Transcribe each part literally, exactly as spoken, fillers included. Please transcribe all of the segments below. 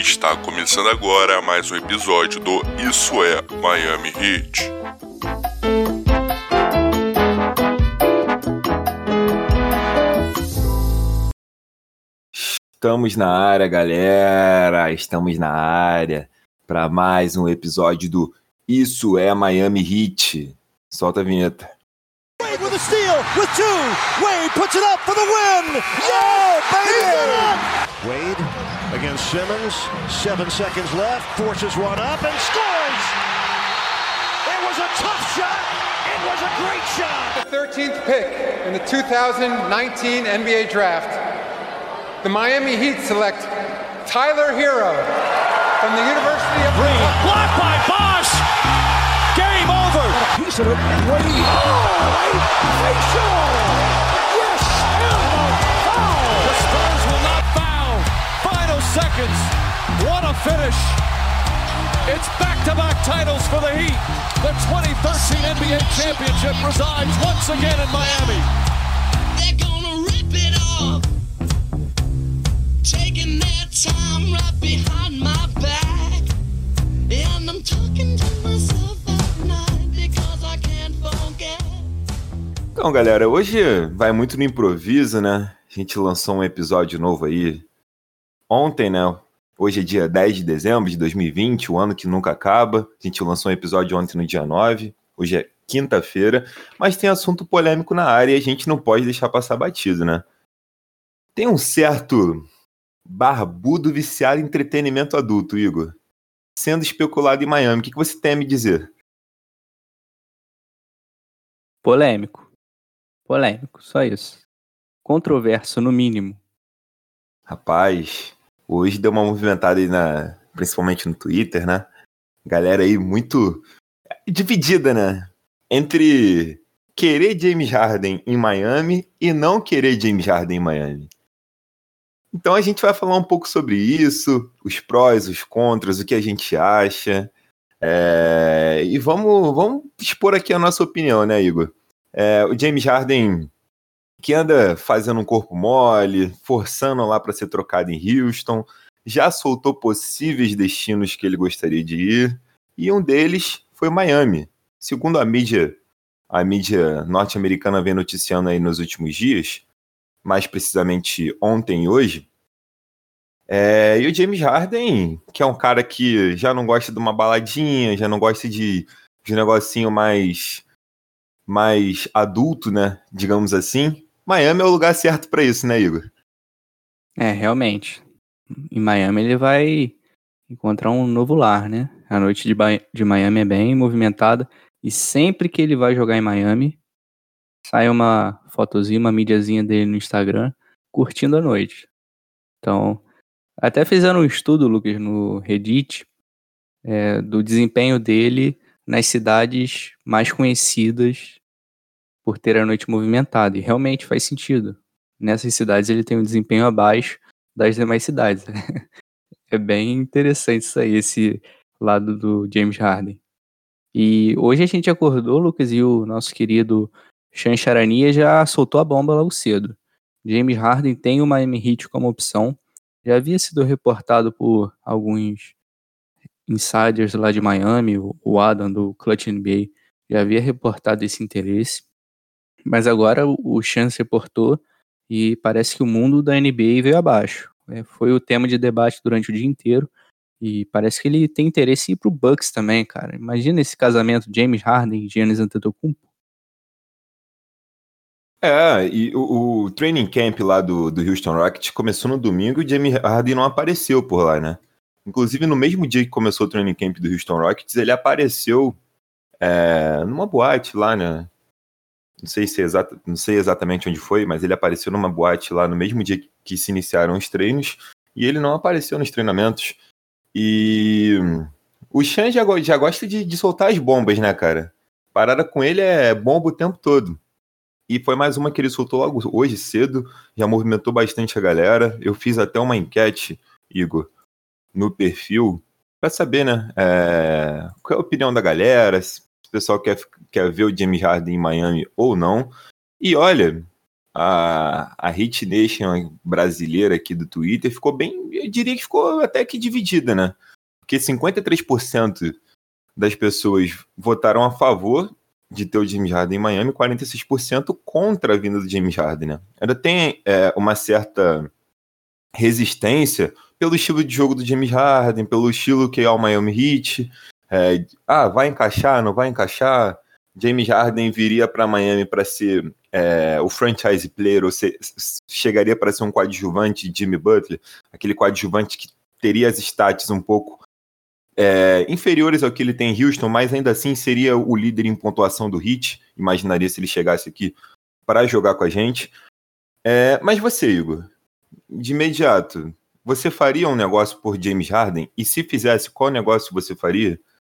Está começando agora mais um episódio do Isso é Miami Heat. Estamos na área, galera. Estamos na área para mais um episódio do Isso é Miami Heat. Solta a vinheta. Wade with a steal, with two. Wade puts it up for the win. Yeah, baby! Wade against Simmons. Seven seconds left. Forces one up and scores. It was a tough shot. It was a great shot. The thirteenth pick in the two thousand nineteen N B A Draft. The Miami Heat select Tyler Hero from the University of Green. Blocked by Bosch. Game over. A piece of it. Wade. Oh, Wade. Facial. Yes. And foul. The Spurs will not foul. Final seconds. What a finish. It's back-to-back titles for the Heat. The twenty thirteen N B A Championship resides once again in Miami. They're gonna rip it off. Taking their time right behind my back. And I'm talking to myself at night because I can't forget. Então, galera, hoje vai muito no improviso, né? A gente lançou um episódio novo aí ontem, né? Hoje é dia dez de dezembro de dois mil e vinte, o ano que nunca acaba. A gente lançou um episódio ontem no dia nove. Hoje é quinta-feira. Mas tem assunto polêmico na área e a gente não pode deixar passar batido, né? Tem um certo barbudo viciado em entretenimento adulto, Igor, sendo especulado em Miami. O que você tem a me dizer? Polêmico. Polêmico, só isso. Controverso, no mínimo. Rapaz, hoje deu uma movimentada aí, na, principalmente no Twitter, né? Galera aí muito dividida, né? Entre querer James Harden em Miami e não querer James Harden em Miami. Então a gente vai falar um pouco sobre isso, os prós, os contras, o que a gente acha. É... E vamos, vamos expor aqui a nossa opinião, né, Igor? É, o James Harden, que anda fazendo um corpo mole, forçando lá para ser trocado em Houston, já soltou possíveis destinos que ele gostaria de ir, e um deles foi Miami. Segundo a mídia, a mídia norte-americana vem noticiando aí nos últimos dias, mais precisamente ontem e hoje, é, e o James Harden, que é um cara que já não gosta de uma baladinha, já não gosta de, de um negocinho mais, mais adulto, né, digamos assim. Miami é o lugar certo para isso, né, Igor? É, realmente. Em Miami ele vai encontrar um novo lar, né? A noite de, ba- de Miami é bem movimentada e sempre que ele vai jogar em Miami, sai uma fotozinha, uma mídiazinha dele no Instagram, curtindo a noite. Então, até fizeram um estudo, Lucas, no Reddit, é, do desempenho dele nas cidades mais conhecidas por ter a noite movimentada. E realmente faz sentido. Nessas cidades ele tem um desempenho abaixo das demais cidades. É bem interessante isso aí, esse lado do James Harden. E hoje a gente acordou, Lucas, e o nosso querido Chan Charania já soltou a bomba logo cedo. James Harden tem o Miami Heat como opção. Já havia sido reportado por alguns insiders lá de Miami, o Adam do Clutch N B A já havia reportado esse interesse. Mas agora o Chan se reportou e parece que o mundo da N B A veio abaixo. É, foi o tema de debate durante o dia inteiro e parece que ele tem interesse em ir pro Bucks também, cara. Imagina esse casamento James Harden e Giannis Antetokounmpo. É, e o, o training camp lá do, do Houston Rockets começou no domingo e o James Harden não apareceu por lá, né? Inclusive, no mesmo dia que começou o training camp do Houston Rockets, ele apareceu é, numa boate lá, né? Não sei, se é exata, não sei exatamente onde foi, mas ele apareceu numa boate lá no mesmo dia que se iniciaram os treinos e ele não apareceu nos treinamentos. E o Chan já, já gosta de, de soltar as bombas, né, cara? Parada com ele é bomba o tempo todo. E foi mais uma que ele soltou logo hoje cedo, já movimentou bastante a galera. Eu fiz até uma enquete, Igor, no perfil, para saber, né, é, qual é a opinião da galera, se o pessoal quer, quer ver o James Harden em Miami ou não. E olha, a, a Hit Nation brasileira aqui do Twitter ficou bem, eu diria que ficou até que dividida, né? Porque cinquenta e três por cento das pessoas votaram a favor de ter o James Harden em Miami, quarenta e seis por cento contra a vinda do James Harden, né? Ainda tem é, uma certa resistência pelo estilo de jogo do James Harden, pelo estilo que é o Miami Heat. É, ah, vai encaixar, não vai encaixar? James Harden viria para Miami para ser é, o franchise player, ou se, chegaria para ser um coadjuvante de Jimmy Butler, aquele coadjuvante que teria as stats um pouco é, inferiores ao que ele tem em Houston, mas ainda assim seria o líder em pontuação do Heat. Imaginaria se ele chegasse aqui para jogar com a gente. É, mas você, Igor, de imediato, você faria um negócio por James Harden? E se fizesse, qual negócio você faria?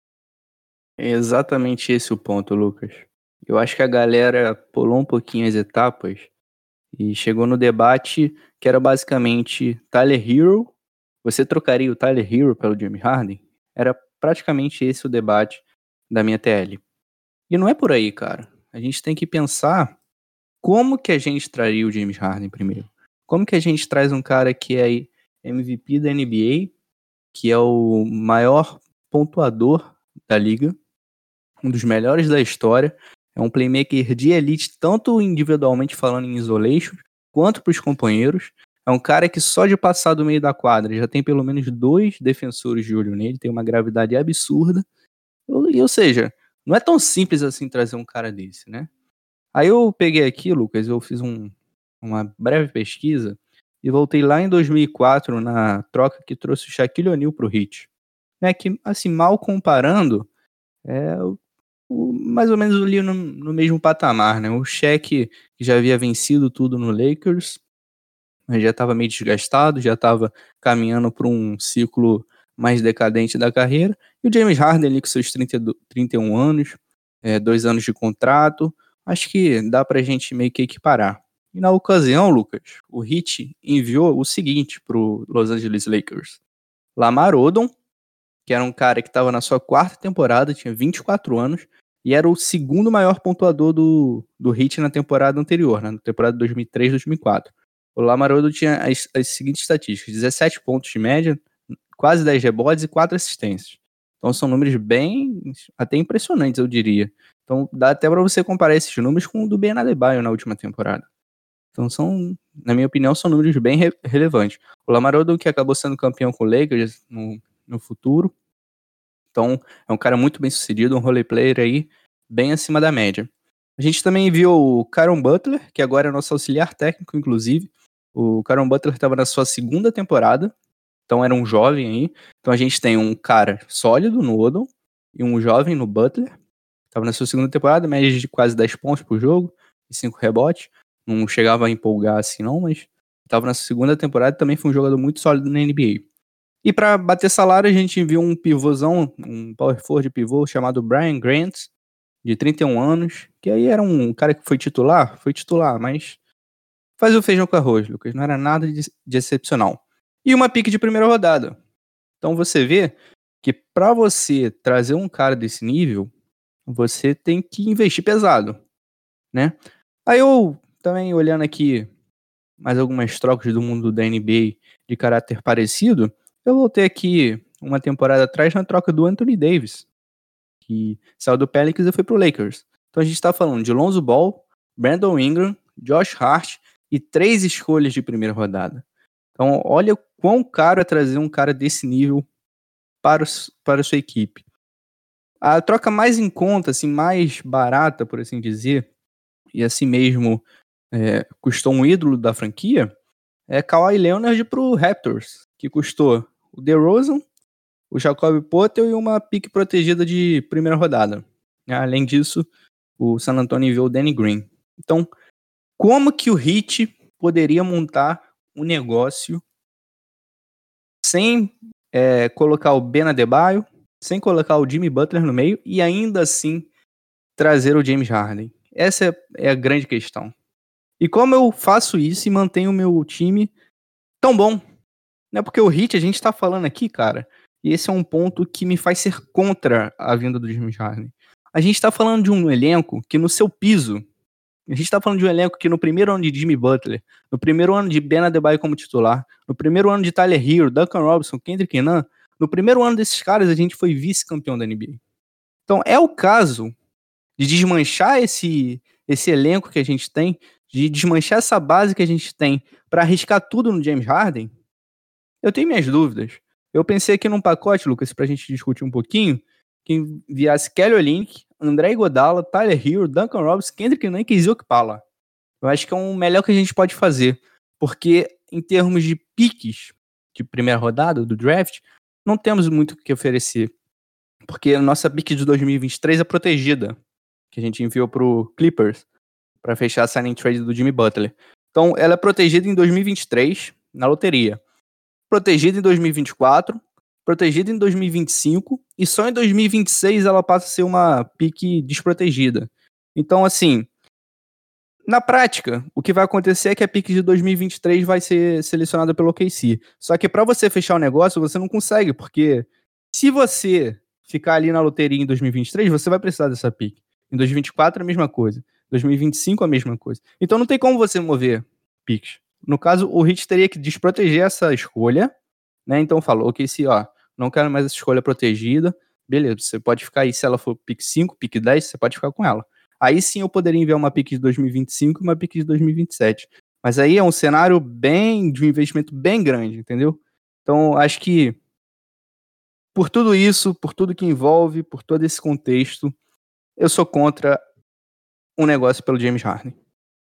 É exatamente esse o ponto, Lucas. Eu acho que a galera pulou um pouquinho as etapas e chegou no debate que era basicamente Tyler Hero. Você trocaria o Tyler Hero pelo James Harden? Era praticamente esse o debate da minha T L. E não é por aí, cara. A gente tem que pensar como que a gente traria o James Harden primeiro. Como que a gente traz um cara que é M V P da N B A, que é o maior pontuador da liga, um dos melhores da história, é um playmaker de elite, tanto individualmente falando em isolation, quanto para os companheiros. É um cara que só de passar do meio da quadra já tem pelo menos dois defensores de olho nele, tem uma gravidade absurda. E, ou seja, não é tão simples assim trazer um cara desse, né? Aí eu peguei aqui, Lucas, eu fiz um, uma breve pesquisa e voltei lá em dois mil e quatro na troca que trouxe o Shaquille O'Neal pro Heat. Né, que, assim, mal comparando, é o, o, mais ou menos ali no, no mesmo patamar, né? O Shaq, que já havia vencido tudo no Lakers, já estava meio desgastado, já estava caminhando para um ciclo mais decadente da carreira, e o James Harden ali com seus trinta, trinta e um anos, é, dois anos de contrato, acho que dá pra gente meio que equiparar. E na ocasião, Lucas, o Heat enviou o seguinte pro Los Angeles Lakers: Lamar Odom, que era um cara que estava na sua quarta temporada, tinha vinte e quatro anos, e era o segundo maior pontuador do, do Heat na temporada anterior, né, na temporada dois mil e três, dois mil e quatro. O Lamar Odom tinha as, as seguintes estatísticas: dezessete pontos de média, quase dez rebotes e quatro assistências. Então são números bem, até impressionantes, eu diria. Então dá até para você comparar esses números com o do Ben Adebayo na última temporada. Então são, na minha opinião, são números bem re- relevantes. O Lamar Odom, que acabou sendo campeão com o Lakers no, no futuro. Então é um cara muito bem sucedido, um role player aí, bem acima da média. A gente também viu o Caron Butler, que agora é nosso auxiliar técnico, inclusive. O Caron Butler estava na sua segunda temporada, então era um jovem aí. Então a gente tem um cara sólido no Odom e um jovem no Butler. Estava na sua segunda temporada, média de quase dez pontos por jogo e cinco rebotes. Não chegava a empolgar assim não, mas estava na sua segunda temporada e também foi um jogador muito sólido na N B A. E para bater salário, a gente viu um pivôzão, um power forward de pivô chamado Brian Grant, de trinta e um anos, que aí era um cara que foi titular, foi titular, mas fazia o feijão com arroz, Lucas, não era nada de, de excepcional. E uma pique de primeira rodada. Então você vê que para você trazer um cara desse nível, você tem que investir pesado, né? Aí eu também olhando aqui mais algumas trocas do mundo da N B A de caráter parecido, eu voltei aqui uma temporada atrás na troca do Anthony Davis, que saiu do Pelicans e foi pro Lakers. Então a gente tá falando de Lonzo Ball, Brandon Ingram, Josh Hart e três escolhas de primeira rodada. Então olha quão caro é trazer um cara desse nível para, os, para a sua equipe. A troca mais em conta, assim, mais barata, por assim dizer, e assim mesmo é, custou um ídolo da franquia, é Kawhi Leonard pro Raptors, que custou o DeRozan, o Jacob Poeltl e uma pique protegida de primeira rodada. Além disso, o San Antonio enviou o Danny Green. Então, como que o Heat poderia montar um negócio sem é, colocar o Ben Adebayo, sem colocar o Jimmy Butler no meio e ainda assim trazer o James Harden? Essa é, é a grande questão. E como eu faço isso e mantenho o meu time tão bom? Né? Porque o Heat, a gente tá falando aqui, cara, e esse é um ponto que me faz ser contra a vinda do James Harden. A gente tá falando de um elenco que no seu piso A gente tá falando de um elenco que no primeiro ano de Jimmy Butler, no primeiro ano de Ben Adebayo como titular, no primeiro ano de Tyler Hero, Duncan Robinson, Kendrick Nunn, no primeiro ano desses caras a gente foi vice-campeão da N B A. Então é o caso de desmanchar esse, esse elenco que a gente tem, de desmanchar essa base que a gente tem para arriscar tudo no James Harden. Eu tenho minhas dúvidas. Eu pensei aqui num pacote, Lucas, pra gente discutir um pouquinho, que enviasse Kelly Olynyk, André Iguodala, Tyler Hero, Duncan Robinson, Kendrick Nunn e Kizzy Okpala. Eu acho que é o melhor que a gente pode fazer, porque em termos de piques de primeira rodada, do draft, não temos muito o que oferecer, porque a nossa pique de dois mil e vinte e três é protegida, que a gente enviou pro Clippers para fechar a signing trade do Jimmy Butler. Então, ela é protegida em dois mil e vinte e três, na loteria. Protegida em dois mil e vinte e quatro, protegida em dois mil e vinte e cinco, e só em dois mil e vinte e seis ela passa a ser uma pique desprotegida. Então, assim, na prática, o que vai acontecer é que a pique de dois mil e vinte e três vai ser selecionada pelo O K C. Só que para você fechar o negócio, você não consegue, porque se você ficar ali na loteria em dois mil e vinte e três, você vai precisar dessa pique. Em dois mil e vinte e quatro, a mesma coisa. dois mil e vinte e cinco, a mesma coisa. Então não tem como você mover piques. No caso, o Heat teria que desproteger essa escolha, né? Então falou, ok, se ó, não quero mais essa escolha protegida, beleza, você pode ficar aí, se ela for pick cinco, pick dez, você pode ficar com ela. Aí sim eu poderia enviar uma pick de dois mil e vinte e cinco e uma pick de dois mil e vinte e sete. Mas aí é um cenário bem, de um investimento bem grande, entendeu? Então acho que por tudo isso, por tudo que envolve, por todo esse contexto, eu sou contra um negócio pelo James Harden.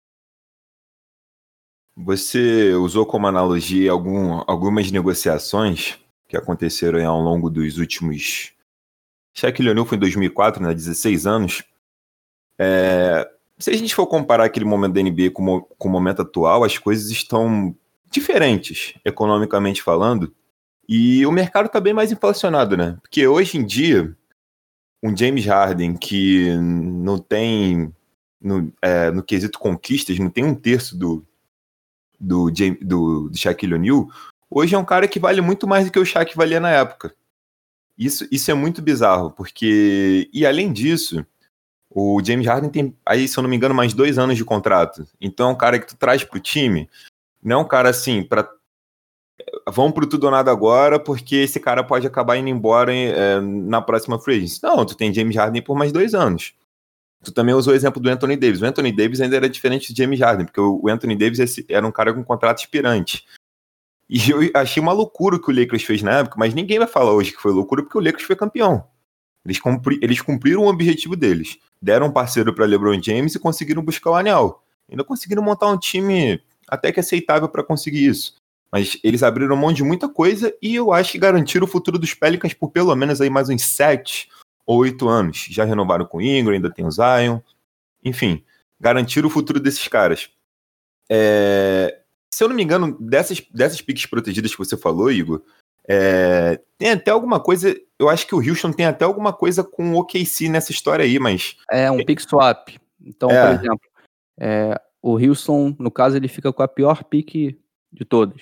Você usou como analogia algum, algumas negociações que aconteceram ao longo dos últimos... Shaquille O'Neal foi em dois mil e quatro, né, dezesseis anos. É, se a gente for comparar aquele momento da N B A com, o- com o momento atual, as coisas estão diferentes, economicamente falando, e o mercado está bem mais inflacionado, né? Porque hoje em dia, um James Harden que não tem, no, é, no quesito conquistas, não tem um terço do, do, James, do, do Shaquille O'Neal, hoje é um cara que vale muito mais do que o Shaq valia na época. Isso, isso é muito bizarro, porque... E além disso, o James Harden tem, aí, se eu não me engano, mais dois anos de contrato. Então é um cara que tu traz pro time, não é um cara assim, pra... vamos pro tudo ou nada agora, porque esse cara pode acabar indo embora é, na próxima free agency. Não, tu tem James Harden por mais dois anos. Tu também usou o exemplo do Anthony Davis. O Anthony Davis ainda era diferente do James Harden, porque o Anthony Davis esse, era um cara com contrato expirante. E eu achei uma loucura o que o Lakers fez na época, mas ninguém vai falar hoje que foi loucura, porque o Lakers foi campeão. Eles, cumpri, eles cumpriram o objetivo deles. Deram um parceiro para LeBron James e conseguiram buscar o anel. Ainda conseguiram montar um time até que aceitável para conseguir isso. Mas eles abriram mão de muita coisa e eu acho que garantiram o futuro dos Pelicans por pelo menos aí mais uns sete ou oito anos. Já renovaram com o Ingram, ainda tem o Zion. Enfim, garantiram o futuro desses caras. É... Se eu não me engano, dessas, dessas piques protegidas que você falou, Igor, é... tem até alguma coisa... Eu acho que o Houston tem até alguma coisa com o O K C nessa história aí, mas... É um pick swap. Então, É. por exemplo, é, o Houston, no caso, ele fica com a pior pick de todas.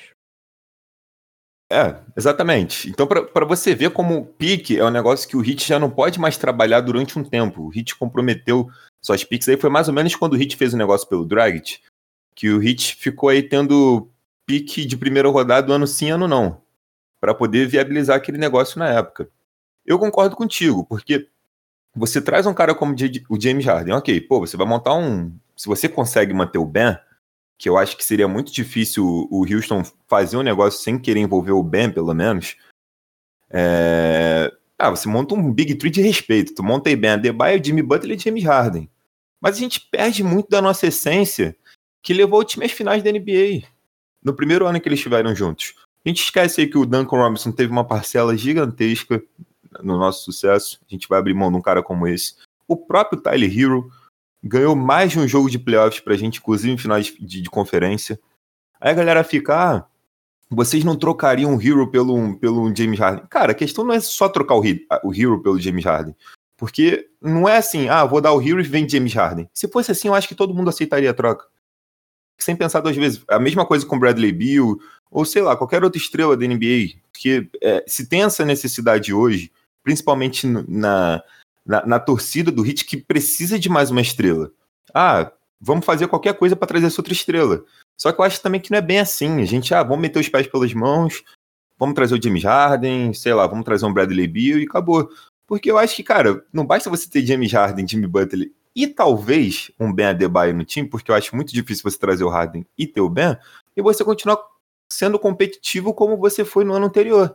É, exatamente. Então, para você ver como o pique é um negócio que o Heat já não pode mais trabalhar durante um tempo. O Heat comprometeu suas piques. Aí foi mais ou menos quando o Heat fez o negócio pelo Dragic, que o Heat ficou aí tendo pique de primeira rodada ano sim, ano não, para poder viabilizar aquele negócio na época. Eu concordo contigo, porque você traz um cara como o James Harden, ok, pô, você vai montar um... Se você consegue manter o Ben, que eu acho que seria muito difícil o Houston fazer um negócio sem querer envolver o Ben, pelo menos, é... ah, você monta um Big Three de respeito, tu monta aí Ben Adebayo, Jimmy Butler e James Harden. Mas a gente perde muito da nossa essência que levou o time às finais da N B A, no primeiro ano que eles estiveram juntos. A gente esquece aí que o Duncan Robinson teve uma parcela gigantesca no nosso sucesso. A gente vai abrir mão de um cara como esse. O próprio Tyler Hero ganhou mais de um jogo de playoffs pra gente, inclusive em finais de, de conferência. Aí a galera fica, ah, vocês não trocariam o Hero pelo, pelo James Harden? Cara, a questão não é só trocar o, o Hero pelo James Harden. Porque não é assim, ah, vou dar o Hero e vem James Harden. Se fosse assim, eu acho que todo mundo aceitaria a troca. Sem pensar duas vezes. A mesma coisa com Bradley Beal, ou sei lá, qualquer outra estrela da N B A. Porque é, se tem essa necessidade hoje, principalmente na, na, na torcida do Heat, que precisa de mais uma estrela. Ah, vamos fazer qualquer coisa para trazer essa outra estrela. Só que eu acho também que não é bem assim. A gente, ah, vamos meter os pés pelas mãos, vamos trazer o James Harden, sei lá, vamos trazer um Bradley Beal e acabou. Porque eu acho que, cara, não basta você ter James Harden, Jimmy Butler e talvez um Ben Adebayo no time, porque eu acho muito difícil você trazer o Harden e ter o Ben, e você continuar sendo competitivo como você foi no ano anterior.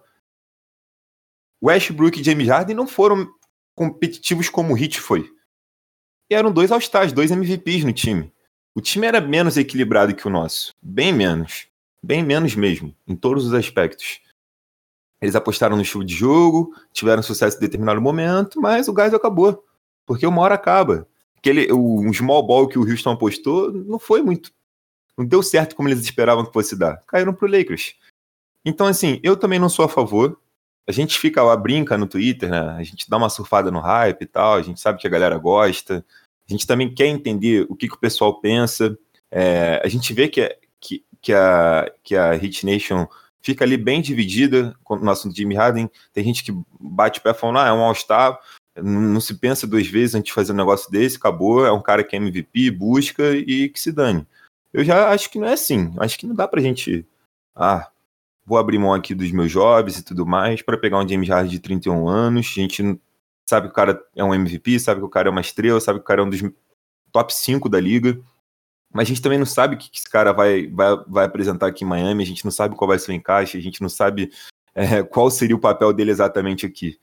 Westbrook e James Harden não foram competitivos como o Heat foi. E eram dois All-Stars, dois M V Ps no time. O time era menos equilibrado que o nosso. Bem menos. Bem menos mesmo, em todos os aspectos. Eles apostaram no estilo de jogo, tiveram sucesso em determinado momento, mas o gás acabou. Porque uma hora acaba. Aquele, o, um small ball que o Houston apostou não foi muito... Não deu certo como eles esperavam que fosse dar. Caíram pro Lakers. Então, assim, eu também não sou a favor. A gente fica lá, brinca no Twitter, né? A gente dá uma surfada no hype e tal. A gente sabe que a galera gosta. A gente também quer entender o que, que o pessoal pensa. É, a gente vê que, que, que, a, que a Heat Nation fica ali bem dividida com o nosso Jimmy Harden. Tem gente que bate o pé falando, ah, é um All-Star. Não, não se pensa duas vezes antes de fazer um negócio desse. Acabou, é um cara que é M V P, busca e que se dane. Eu já acho que não é assim. Acho que não dá pra gente... Ah, vou abrir mão aqui dos meus jobs e tudo mais para pegar um James Harden de trinta e um anos. A gente sabe que o cara é um M V P, sabe que o cara é uma estrela, sabe que o cara é um dos top cinco da liga. Mas a gente também não sabe o que esse cara vai, vai, vai apresentar aqui em Miami. A gente não sabe qual vai ser o encaixe. A gente não sabe é, qual seria o papel dele exatamente aqui.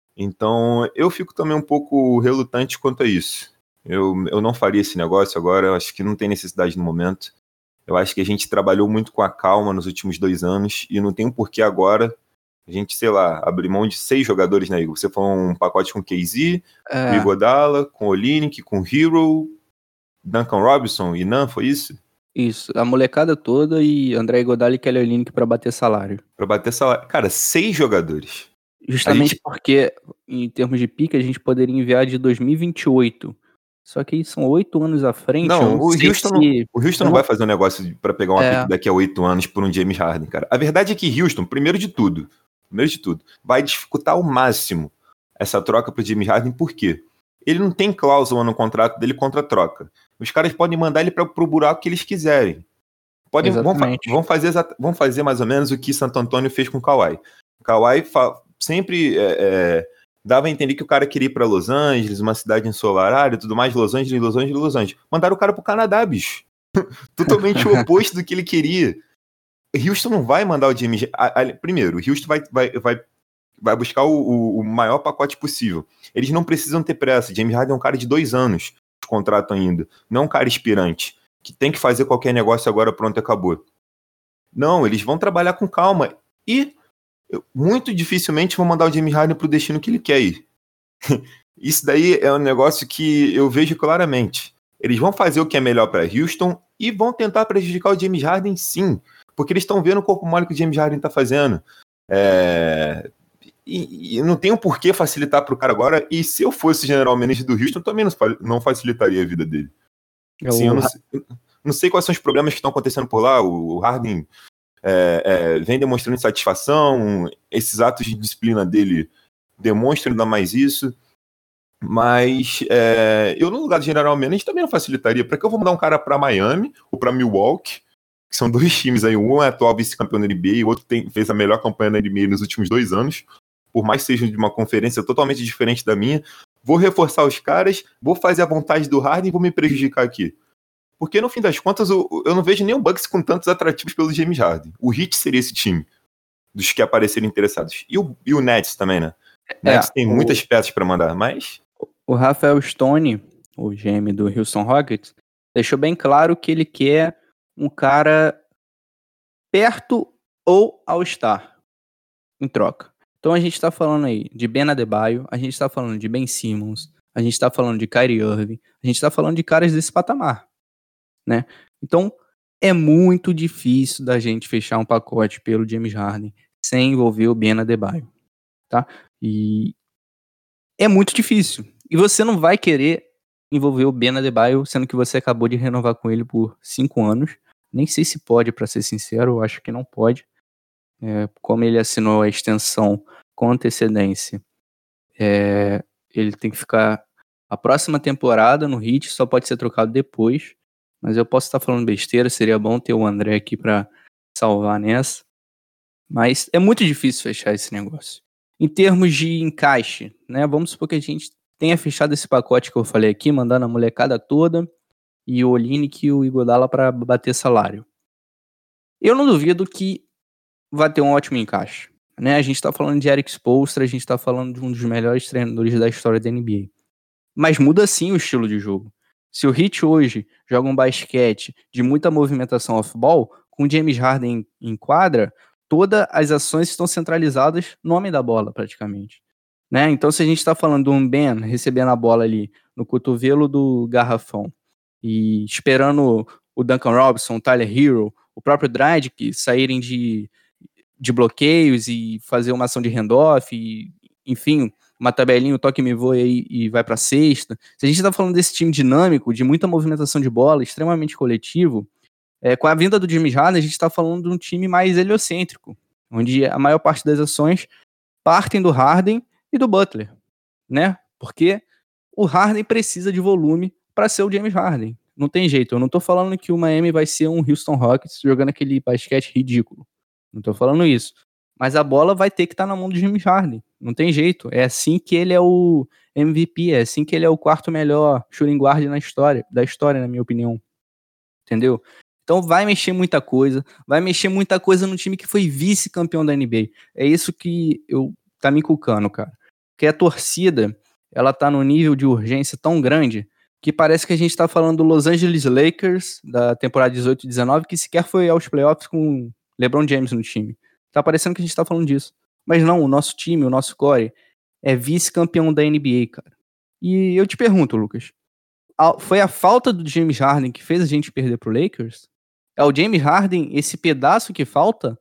Então, eu fico também um pouco relutante quanto a isso. Eu, eu não faria esse negócio agora, eu acho que não tem necessidade no momento. Eu acho que a gente trabalhou muito com a calma nos últimos dois anos e não tem um porquê agora a gente, sei lá, abrir mão de seis jogadores, né, Igor? Você falou um pacote com K Z, É. com Iguodala, com Olynyk, com Hero, Duncan Robinson e Nan, foi isso? Isso, a molecada toda e André Iguodala e Kelly Olynyk pra bater salário. Pra bater salário. Cara, seis jogadores. Justamente gente- porque, em termos de pique, a gente poderia enviar de dois mil e vinte e oito. Só que aí são oito anos à frente. eu Não, o sei Houston, se- não, o Houston eu não não- vai fazer um negócio para pegar uma É. pick daqui a oito anos por um James Harden, cara. A verdade é que Houston, primeiro de tudo, primeiro de tudo, vai dificultar ao máximo essa troca pro James Harden, por quê? Ele não tem cláusula no contrato dele contra a troca. Os caras podem mandar ele para pro buraco que eles quiserem. Podem, vão, fa- Exatamente. vão, fazer, exa- vão fazer mais ou menos o que Santo Antônio fez com o Kawhi. O Kawhi fa- sempre é, é, dava a entender que o cara queria ir pra Los Angeles, uma cidade ensolarada e tudo mais, Los Angeles, Los Angeles, Los Angeles. Mandaram o cara pro Canadá, bicho. Totalmente o oposto do que ele queria. Houston não vai mandar o James... a- a- Primeiro, o Houston vai, vai, vai, vai buscar o, o- o maior pacote possível. Eles não precisam ter pressa. James Harden é um cara de dois anos de contrato ainda. Não é um cara expirante, que tem que fazer qualquer negócio agora, pronto, acabou. Não, eles vão trabalhar com calma. E eu- muito dificilmente vão mandar o James Harden pro destino que ele quer ir. Isso daí é um negócio que eu vejo claramente. Eles vão fazer o que é melhor para Houston e vão tentar prejudicar o James Harden, sim. Porque eles estão vendo o corpo mole que o James Harden tá fazendo. É... E, e não tem um porquê facilitar pro cara agora. E se eu fosse o general manager do Houston, também não, fa- não facilitaria a vida dele. É Assim, o- eu não, sei- eu não sei quais são os problemas que estão acontecendo por lá. O Harden é, é, vem demonstrando insatisfação, esses atos de disciplina dele demonstram ainda mais isso. Mas é, eu, no lugar do general manager, também não facilitaria. Para que eu vou mandar um cara para Miami ou para Milwaukee, que são dois times aí, um é atual vice-campeão da N B A e o outro tem, fez a melhor campanha na N B A nos últimos dois anos, por mais que seja de uma conferência totalmente diferente da minha. Vou reforçar os caras, vou fazer a vontade do Harden e vou me prejudicar aqui. Porque, no fim das contas, eu, eu não vejo nenhum Bucks com tantos atrativos pelo James Harden. O Heat seria esse time, dos que aparecerem interessados. E o, e o Nets também, né? O É, Nets tem o- muitas peças para mandar, mas... O Rafael Stone, o G M do Houston Rockets, deixou bem claro que ele quer um cara perto ou All-Star em troca. Então a gente está falando aí de Ben Adebayo, a gente está falando de Ben Simmons, a gente está falando de Kyrie Irving, a gente está falando de caras desse patamar, né? Então é muito difícil da gente fechar um pacote pelo James Harden sem envolver o Ben Adebayo, tá? E é muito difícil. E você não vai querer envolver o Ben Adebayo, sendo que você acabou de renovar com ele por cinco anos. Nem sei se pode, pra ser sincero, eu acho que não pode. É, como ele assinou a extensão com antecedência, é, ele tem que ficar a próxima temporada no Heat, só pode ser trocado depois. mas eu posso estar falando besteira, seria bom ter o André aqui para salvar nessa. Mas é muito difícil fechar esse negócio. Em termos de encaixe, né? Vamos supor que a gente tenha fechado esse pacote que eu falei aqui, mandando a molecada toda e o Olynyk e o Iguodala para bater salário. Eu não duvido que vai ter um ótimo encaixe, né? A gente tá falando de Erik Spoelstra, a gente tá falando de um dos melhores treinadores da história da N B A. Mas muda sim o estilo de jogo. Se o Heat hoje joga um basquete de muita movimentação off-ball, com o James Harden em quadra, todas as ações estão centralizadas no homem da bola, praticamente. Né? Então, se a gente está falando de um Ben recebendo a bola ali no cotovelo do garrafão e esperando o Duncan Robinson, o Tyler Hero, o próprio Dragic saírem de, de bloqueios e fazer uma ação de handoff, e, enfim, uma tabelinha, o toque me voa e, e vai para a cesta. Se a gente está falando desse time dinâmico, de muita movimentação de bola, extremamente coletivo, é, com a vinda do James Harden, a gente está falando de um time mais heliocêntrico, onde a maior parte das ações partem do Harden e do Butler, né? Porque o Harden precisa de volume para ser o James Harden. Não tem jeito. Eu não tô falando que o Miami vai ser um Houston Rockets jogando aquele basquete ridículo. Não tô falando isso. Mas a bola vai ter que estar tá na mão do James Harden. Não tem jeito. É assim que ele é o M V P. É assim que ele é o quarto melhor shooting guard na história, da história, na minha opinião. Entendeu? Então vai mexer muita coisa. Vai mexer muita coisa no time que foi vice-campeão da N B A. É isso que eu tá me inculcando, cara. Porque a torcida, ela tá num nível de urgência tão grande que parece que a gente tá falando do Los Angeles Lakers da temporada dezoito e dezenove, que sequer foi aos playoffs com LeBron James no time. Tá parecendo que a gente tá falando disso. Mas não, o nosso time, o nosso core, é vice-campeão da N B A, cara. E eu te pergunto, Lucas, foi a falta do James Harden que fez a gente perder pro Lakers? É o James Harden esse pedaço que falta?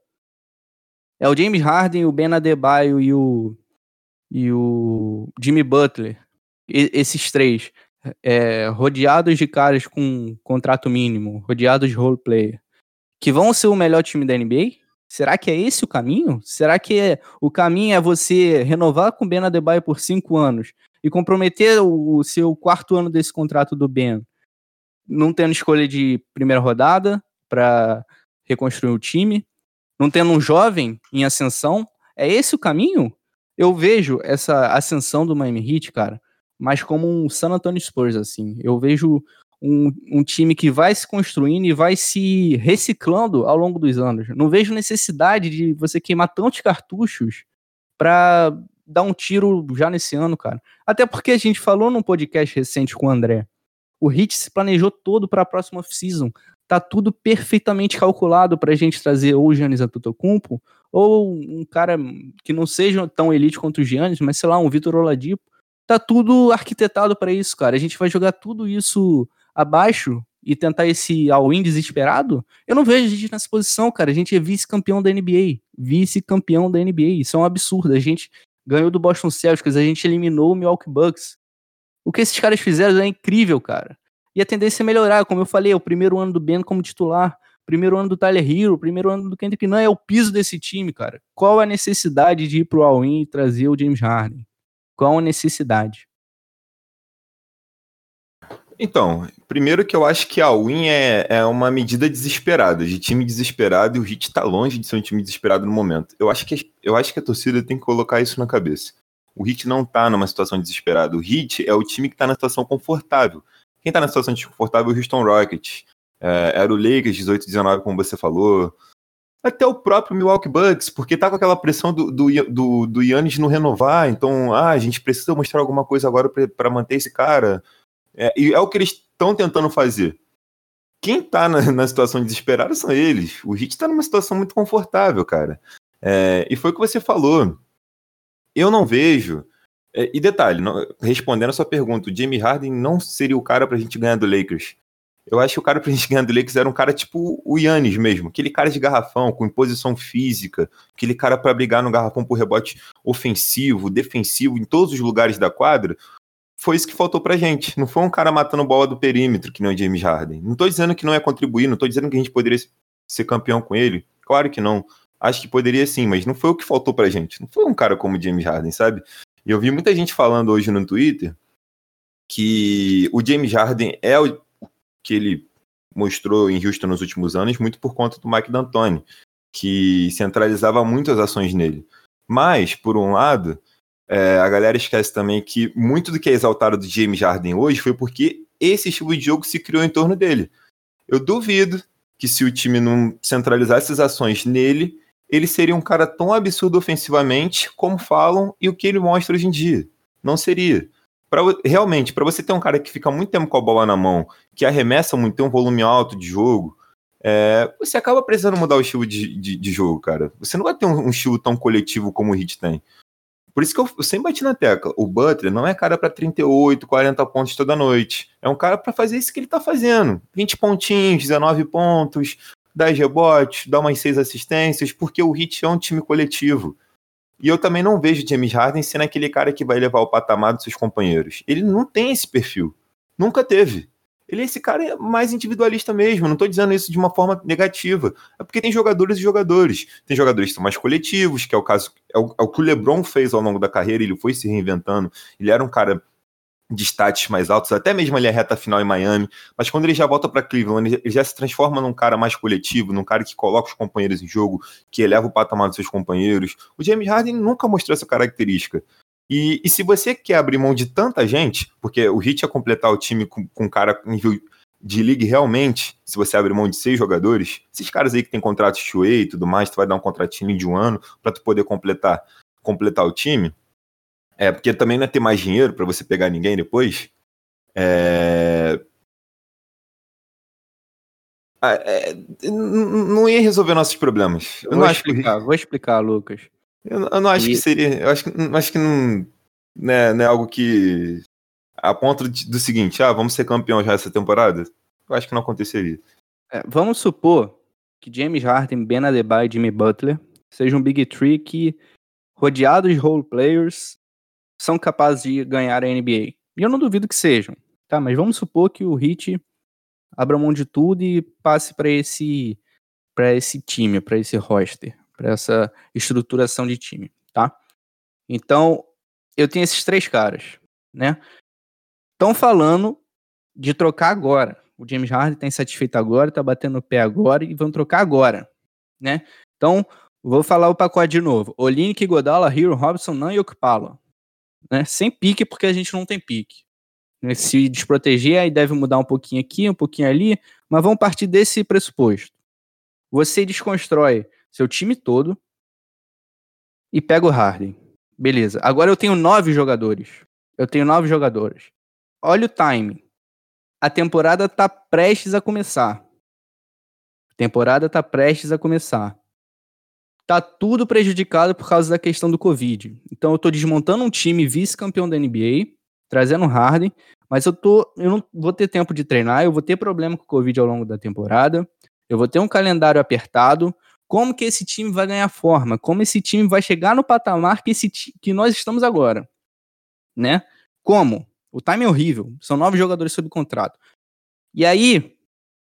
É o James Harden, o Ben Adebayo e o, e o Jimmy Butler, e, esses três, é, rodeados de caras com contrato mínimo, rodeados de role player, que vão ser o melhor time da N B A? Será que é esse o caminho? Será que é, o caminho é você renovar com o Ben Adebayo por cinco anos e comprometer o, o seu quarto ano desse contrato do Ben, não tendo escolha de primeira rodada para reconstruir o time, não tendo um jovem em ascensão? É esse o caminho? Eu vejo essa ascensão do Miami Heat, cara, mas como um San Antonio Spurs, assim. Eu vejo um, um time que vai se construindo e vai se reciclando ao longo dos anos. Não vejo necessidade de você queimar tantos cartuchos pra dar um tiro já nesse ano, cara. Até porque a gente falou num podcast recente com o André, o Heat se planejou todo para a próxima off-season. Tá tudo perfeitamente calculado pra gente trazer ou o Giannis Antetokounmpo ou um cara que não seja tão elite quanto o Giannis, mas sei lá, um Vitor Oladipo. Tá tudo arquitetado pra isso, cara. A gente vai jogar tudo isso abaixo e tentar esse all-in desesperado? Eu não vejo a gente nessa posição, cara. A gente é vice-campeão da N B A. Vice-campeão da N B A. Isso é um absurdo. A gente ganhou do Boston Celtics, a gente eliminou o Milwaukee Bucks. O que esses caras fizeram é incrível, cara. E a tendência é melhorar, como eu falei, é o primeiro ano do Ben como titular, primeiro ano do Tyler Hero, primeiro ano do Kendrick Nunn, é o piso desse time, cara. Qual a necessidade de ir pro all-in e trazer o James Harden? Qual a necessidade? Então, primeiro que eu acho que a all-in é, é uma medida desesperada, de time desesperado, e o Heat tá longe de ser um time desesperado no momento. Eu acho que, eu acho que a torcida tem que colocar isso na cabeça. O Heat não tá numa situação desesperada. O Heat é o time que tá na situação confortável. Quem tá na situação desconfortável é o Houston Rockets. É, era o Lakers dezoito e dezenove, como você falou. Até o próprio Milwaukee Bucks, porque tá com aquela pressão do, do, do, do Giannis não renovar. Então, ah, a gente precisa mostrar alguma coisa agora para manter esse cara. É, e é o que eles estão tentando fazer. Quem tá na, na situação desesperada são eles. O Heat tá numa situação muito confortável, cara. É, e foi o que você falou. Eu não vejo... E detalhe, não, respondendo a sua pergunta, o James Harden não seria o cara pra gente ganhar do Lakers. Eu acho que o cara pra gente ganhar do Lakers era um cara tipo o Giannis mesmo, aquele cara de garrafão, com imposição física, aquele cara pra brigar no garrafão por rebote ofensivo, defensivo, em todos os lugares da quadra. Foi isso que faltou pra gente. Não foi um cara matando bola do perímetro, que nem o James Harden. Não tô dizendo que não é contribuir, não tô dizendo que a gente poderia ser campeão com ele. Claro que não. Acho que poderia sim, mas não foi o que faltou pra gente. Não foi um cara como o James Harden, sabe? E eu vi muita gente falando hoje no Twitter que o James Harden é o que ele mostrou em Houston nos últimos anos, muito por conta do Mike D'Antoni, que centralizava muito as ações nele. Mas, por um lado, é, a galera esquece também que muito do que é exaltado do James Harden hoje foi porque esse estilo de jogo se criou em torno dele. Eu duvido que se o time não centralizasse as ações nele, ele seria um cara tão absurdo ofensivamente como falam e o que ele mostra hoje em dia. Não seria. Pra, realmente, para você ter um cara que fica muito tempo com a bola na mão, que arremessa muito, tem um volume alto de jogo, é, você acaba precisando mudar o estilo de, de, de jogo, cara. Você não vai ter um, um estilo tão coletivo como o Heat tem. Por isso que eu, eu sempre bati na tecla. O Butler não é cara para trinta e oito, quarenta pontos toda noite. É um cara para fazer isso que ele tá fazendo. vinte pontinhos, dezenove pontos, dez rebotes, dá umas seis assistências, porque o Heat é um time coletivo. E eu também não vejo o James Harden sendo aquele cara que vai levar o patamar dos seus companheiros. Ele não tem esse perfil. Nunca teve. Ele é esse cara mais individualista mesmo. Não tô dizendo isso de uma forma negativa. É porque tem jogadores e jogadores. Tem jogadores que são mais coletivos, que é o caso... É o, é o que o LeBron fez ao longo da carreira. Ele foi se reinventando. Ele era um cara de status mais altos, até mesmo ali a reta final em Miami, mas quando ele já volta para Cleveland, ele já se transforma num cara mais coletivo, num cara que coloca os companheiros em jogo, que eleva o patamar dos seus companheiros. O James Harden nunca mostrou essa característica. E, e se você quer abrir mão de tanta gente, porque o Heat ia completar o time com, com um cara nível de league realmente, se você abrir mão de seis jogadores, esses caras aí que tem contrato two-way e tudo mais, tu vai dar um contratinho de um ano para tu poder completar, completar o time. É, porque também não é ter mais dinheiro para você pegar ninguém depois. É... É, não ia resolver nossos problemas. Eu vou, não explicar, acho que... vou explicar, Lucas. Eu, eu não acho e... que seria... Eu acho, acho que não, né, não é algo que... A ponto de, do seguinte, ah, vamos ser campeão já essa temporada? Eu acho que não aconteceria. É, vamos supor que James Harden, Ben Adebayo e Jimmy Butler sejam um Big Three que, rodeados de role players, são capazes de ganhar a N B A. E eu não duvido que sejam, tá? Mas vamos supor que o Heat abra mão de tudo e passe para esse, para esse time, para esse roster, para essa estruturação de time, tá? Então, eu tenho esses três caras, né? Estão falando de trocar agora. O James Harden está insatisfeito agora, está batendo o pé agora e vão trocar agora, né? Então, vou falar o pacote de novo. Olynyk, Iguodala, Hero, Robson, Nan e Okpala. Né? Sem pique, porque a gente não tem pique. Se desproteger, aí deve mudar um pouquinho aqui, um pouquinho ali, mas vamos partir desse pressuposto. Você desconstrói seu time todo e pega o Harden. Beleza. Agora eu tenho nove jogadores. Eu tenho nove jogadores. Olha o timing. A temporada tá prestes a começar. A temporada tá prestes a começar. Tá tudo prejudicado por causa da questão do Covid. Então eu tô desmontando um time vice-campeão da N B A, trazendo o Harden, mas eu, tô, eu não vou ter tempo de treinar, eu vou ter problema com o Covid ao longo da temporada, eu vou ter um calendário apertado. Como que esse time vai ganhar forma? Como esse time vai chegar no patamar que, esse, que nós estamos agora? Né? Como? O time é horrível, são nove jogadores sob contrato. E aí,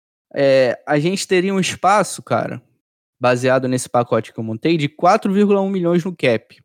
é, a gente teria um espaço, cara, baseado nesse pacote que eu montei, de quatro vírgula um milhões no cap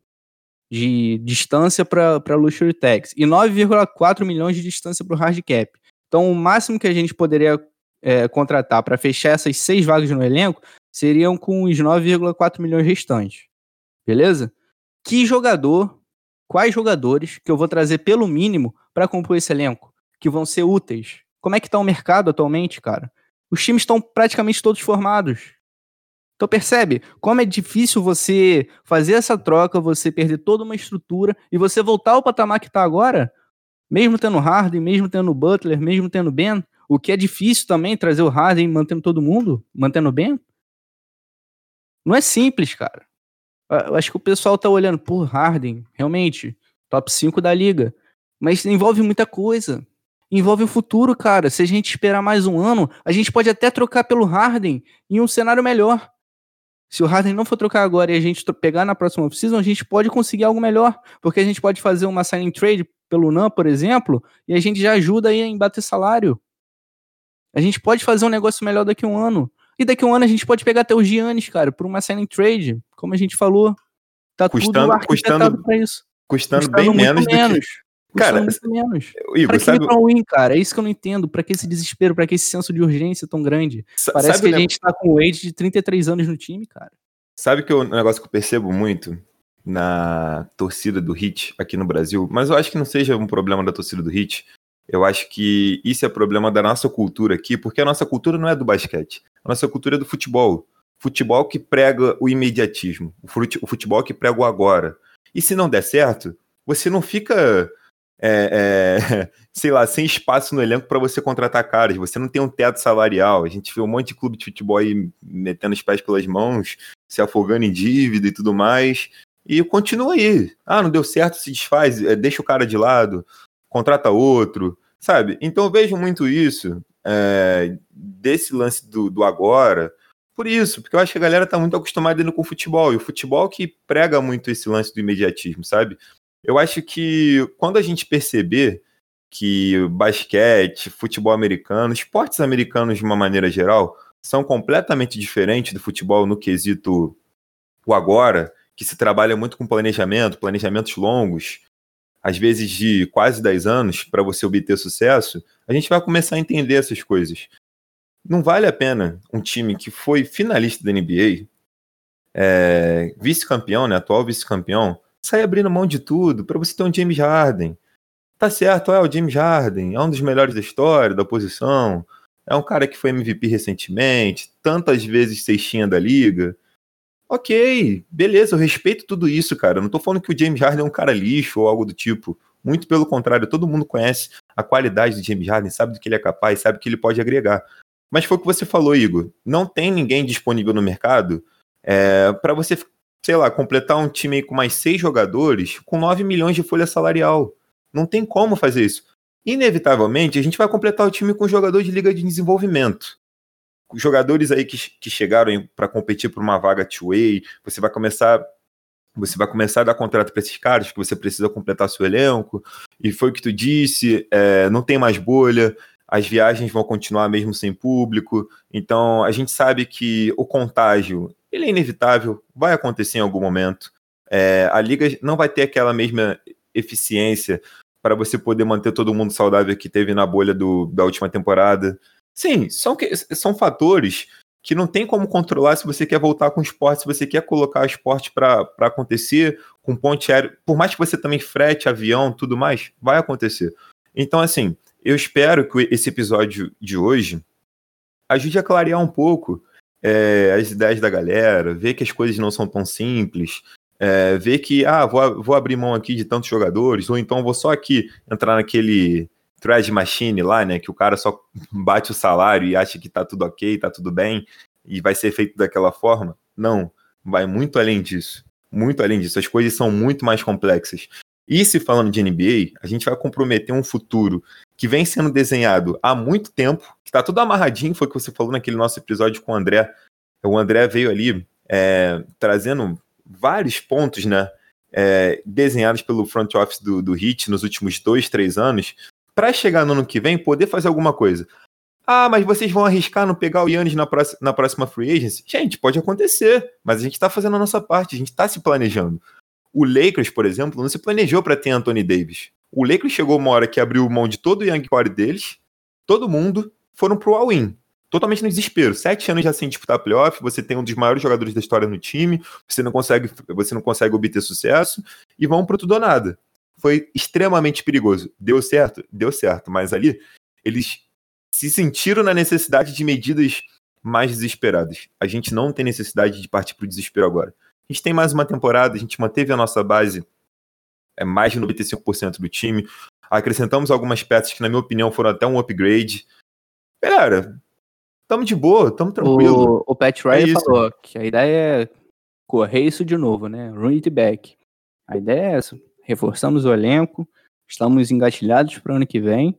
de distância para Luxury Tax e nove vírgula quatro milhões de distância para o hard cap. Então, o máximo que a gente poderia é, contratar para fechar essas seis vagas no elenco seriam com os nove vírgula quatro milhões restantes. Beleza? Que jogador, quais jogadores que eu vou trazer pelo mínimo para compor esse elenco, que vão ser úteis? Como é que está o mercado atualmente, cara? Os times estão praticamente todos formados. Então percebe como é difícil você fazer essa troca, você perder toda uma estrutura e você voltar ao patamar que está agora, mesmo tendo Harden, mesmo tendo Butler, mesmo tendo Ben, o que é difícil também trazer o Harden mantendo todo mundo, mantendo o Ben. Não é simples, cara. Eu acho que o pessoal tá olhando, pô, Harden, realmente, top cinco da liga, mas envolve muita coisa. Envolve o futuro, cara. Se a gente esperar mais um ano, a gente pode até trocar pelo Harden em um cenário melhor. Se o Harden não for trocar agora e a gente pegar na próxima off-season, a gente pode conseguir algo melhor, porque a gente pode fazer uma signing trade pelo Nan, por exemplo, e a gente já ajuda aí em bater salário. A gente pode fazer um negócio melhor daqui a um ano. E daqui a um ano a gente pode pegar até o Giannis, cara, por uma signing trade, como a gente falou. Tá custando, tudo arquitetado custando, pra isso. Custando, custando bem menos, menos do que... Cara, muito menos. Igor, Pra que sabe, ir pra win, cara? É isso que eu não entendo. Pra que esse desespero? Pra que esse senso de urgência tão grande? sa- Parece sabe, que o a ne- gente tá com o Wade de trinta e três anos no time, cara. sabe que é um negócio que eu percebo muito na torcida do Heat aqui no Brasil, mas eu acho que não seja um problema da torcida do Heat. Eu acho que isso é problema da nossa cultura aqui, porque a nossa cultura não é do basquete. A nossa cultura é do futebol. Futebol que prega o imediatismo. O fute- o futebol que prega o agora. E se não der certo, você não fica, é, é, sei lá, sem espaço no elenco para você contratar caras. Você não tem um teto salarial. A gente vê um monte de clube de futebol aí metendo os pés pelas mãos, se afogando em dívida e tudo mais. E continua aí. Ah, não deu certo, se desfaz, é, deixa o cara de lado, contrata outro, sabe? Então eu vejo muito isso, é, desse lance do, do agora, por isso, porque eu acho que a galera tá muito acostumada indo com o futebol, e o futebol que prega muito esse lance do imediatismo, sabe? Eu acho que quando a gente perceber que basquete, futebol americano, esportes americanos de uma maneira geral, são completamente diferentes do futebol no quesito o agora, que se trabalha muito com planejamento, planejamentos longos, às vezes de quase dez anos, para você obter sucesso, a gente vai começar a entender essas coisas. Não vale a pena um time que foi finalista da N B A, é, vice-campeão, né, atual vice-campeão, sair abrindo mão de tudo para você ter um James Harden. Tá certo, é o James Harden, é um dos melhores da história, da posição, é um cara que foi M V P recentemente, tantas vezes cestinha da liga. Ok, beleza, eu respeito tudo isso, cara. Eu não tô falando que o James Harden é um cara lixo ou algo do tipo. Muito pelo contrário, todo mundo conhece a qualidade do James Harden, sabe do que ele é capaz, sabe que ele pode agregar. Mas foi o que você falou, Igor. Não tem ninguém disponível no mercado é, para você, sei lá, completar um time aí com mais seis jogadores com nove milhões de folha salarial. Não tem como fazer isso. Inevitavelmente, a gente vai completar o time com jogador de liga de desenvolvimento. Jogadores aí que, que chegaram para competir por uma vaga two-way, você vai começar você vai começar a dar contrato para esses caras, que você precisa completar seu elenco, e foi o que tu disse, é, não tem mais bolha, as viagens vão continuar mesmo sem público, então a gente sabe que o contágio, ele é inevitável, vai acontecer em algum momento, é, a liga não vai ter aquela mesma eficiência para você poder manter todo mundo saudável que teve na bolha do, da última temporada. Sim, são, são fatores que não tem como controlar se você quer voltar com o esporte, se você quer colocar o esporte para acontecer, com ponte aérea, por mais que você também frete, avião, tudo mais, vai acontecer. Então, assim, eu espero que esse episódio de hoje ajude a clarear um pouco é, as ideias da galera, ver que as coisas não são tão simples, é, ver que, ah, vou, vou abrir mão aqui de tantos jogadores, ou então vou só aqui entrar naquele trade machine lá, né, que o cara só bate o salário e acha que tá tudo ok, tá tudo bem, e vai ser feito daquela forma. Não, vai muito além disso, muito além disso, as coisas são muito mais complexas. E se falando de N B A, a gente vai comprometer um futuro que vem sendo desenhado há muito tempo, que tá tudo amarradinho, foi o que você falou naquele nosso episódio com o André. O André veio ali é, trazendo vários pontos, né, é, desenhados pelo front office do, do Heat nos últimos dois, três anos, para chegar no ano que vem, poder fazer alguma coisa. Ah, mas vocês vão arriscar não pegar o Giannis na, próxima, na próxima free agency? Gente, pode acontecer, mas a gente está fazendo a nossa parte, a gente está se planejando. O Lakers, por exemplo, não se planejou para ter Anthony Davis. O Lakers chegou uma hora que abriu mão de todo o young core deles, todo mundo, foram pro all-in. Totalmente no desespero. Sete anos já sem disputar playoff, você tem um dos maiores jogadores da história no time, você não consegue, você não consegue obter sucesso, e vão pro tudo ou nada. Foi extremamente perigoso. Deu certo? Deu certo. Mas ali, eles se sentiram na necessidade de medidas mais desesperadas. A gente não tem necessidade de partir para o desespero agora. A gente tem mais uma temporada, a gente manteve a nossa base, é mais de noventa e cinco por cento do time. Acrescentamos algumas peças que, na minha opinião, foram até um upgrade. Galera, estamos de boa, estamos tranquilo. O, o Pat Riley é falou que a ideia é correr isso de novo, né? Run it back. A ideia é essa. Reforçamos o elenco, estamos engatilhados para o ano que vem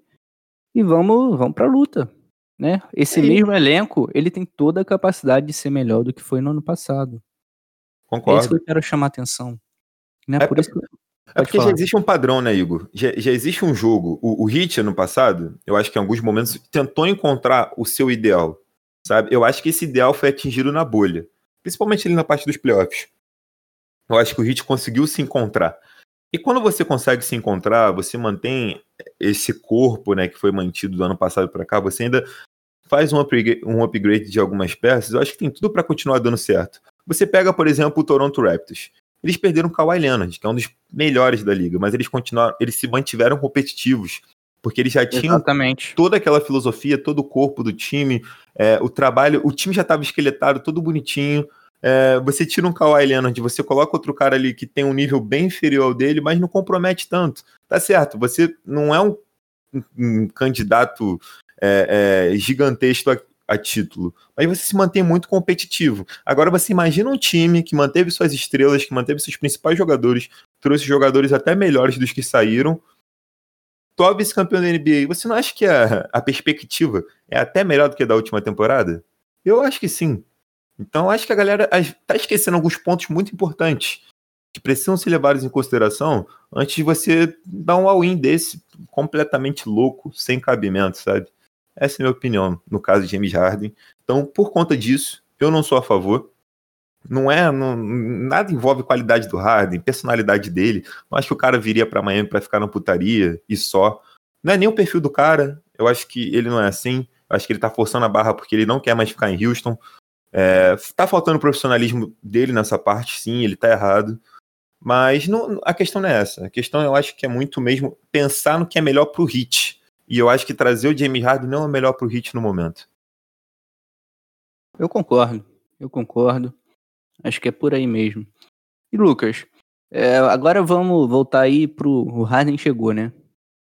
e vamos, vamos para a luta, né? Esse é mesmo elenco, ele tem toda a capacidade de ser melhor do que foi no ano passado. Concordo. É isso que eu quero chamar a atenção. Não é, é por isso que... É porque falar. Já existe um padrão, né, Igor? Já, já existe um jogo. O, o Heat, ano passado, eu acho que em alguns momentos tentou encontrar o seu ideal, sabe? Eu acho que esse ideal foi atingido na bolha, principalmente ali na parte dos playoffs. Eu acho que o Heat conseguiu se encontrar. E quando você consegue se encontrar, você mantém esse corpo, né, que foi mantido do ano passado para cá, você ainda faz um upgrade, um upgrade de algumas peças, eu acho que tem tudo para continuar dando certo. Você pega, por exemplo, o Toronto Raptors. Eles perderam o Kawhi Leonard, que é um dos melhores da liga, mas eles continuaram, eles se mantiveram competitivos, porque eles já tinham Exatamente. toda aquela filosofia, todo o corpo do time, é, o trabalho, o time já estava esqueletado, todo bonitinho. É, você tira um Kawhi Leonard, você coloca outro cara ali que tem um nível bem inferior ao dele, mas não compromete tanto. Tá certo, você não é um, um, um candidato é, é, gigantesco a, a título, mas você se mantém muito competitivo. Agora você imagina um time que manteve suas estrelas, que manteve seus principais jogadores, trouxe jogadores até melhores dos que saíram, top vice-campeão da N B A. Você não acha que a, a perspectiva é até melhor do que a da última temporada? Eu acho que sim. Então, acho que a galera está esquecendo alguns pontos muito importantes que precisam ser levados em consideração antes de você dar um all-in desse completamente louco, sem cabimento, sabe? Essa é a minha opinião no caso de James Harden. Então, por conta disso, eu não sou a favor. Não é, não, nada envolve qualidade do Harden, personalidade dele. Não acho que o cara viria para Miami para ficar na putaria e só. Não é nem o perfil do cara. Eu acho que ele não é assim. Eu acho que ele tá forçando a barra porque ele não quer mais ficar em Houston. É, tá faltando profissionalismo dele nessa parte, sim, ele tá errado, mas não, a questão não é essa, a questão eu acho que é muito mesmo pensar no que é melhor pro Heat, e eu acho que trazer o James Harden não é melhor pro Heat no momento. Eu concordo, eu concordo, acho que é por aí mesmo. E Lucas, é, agora vamos voltar aí pro, o Harden chegou, né,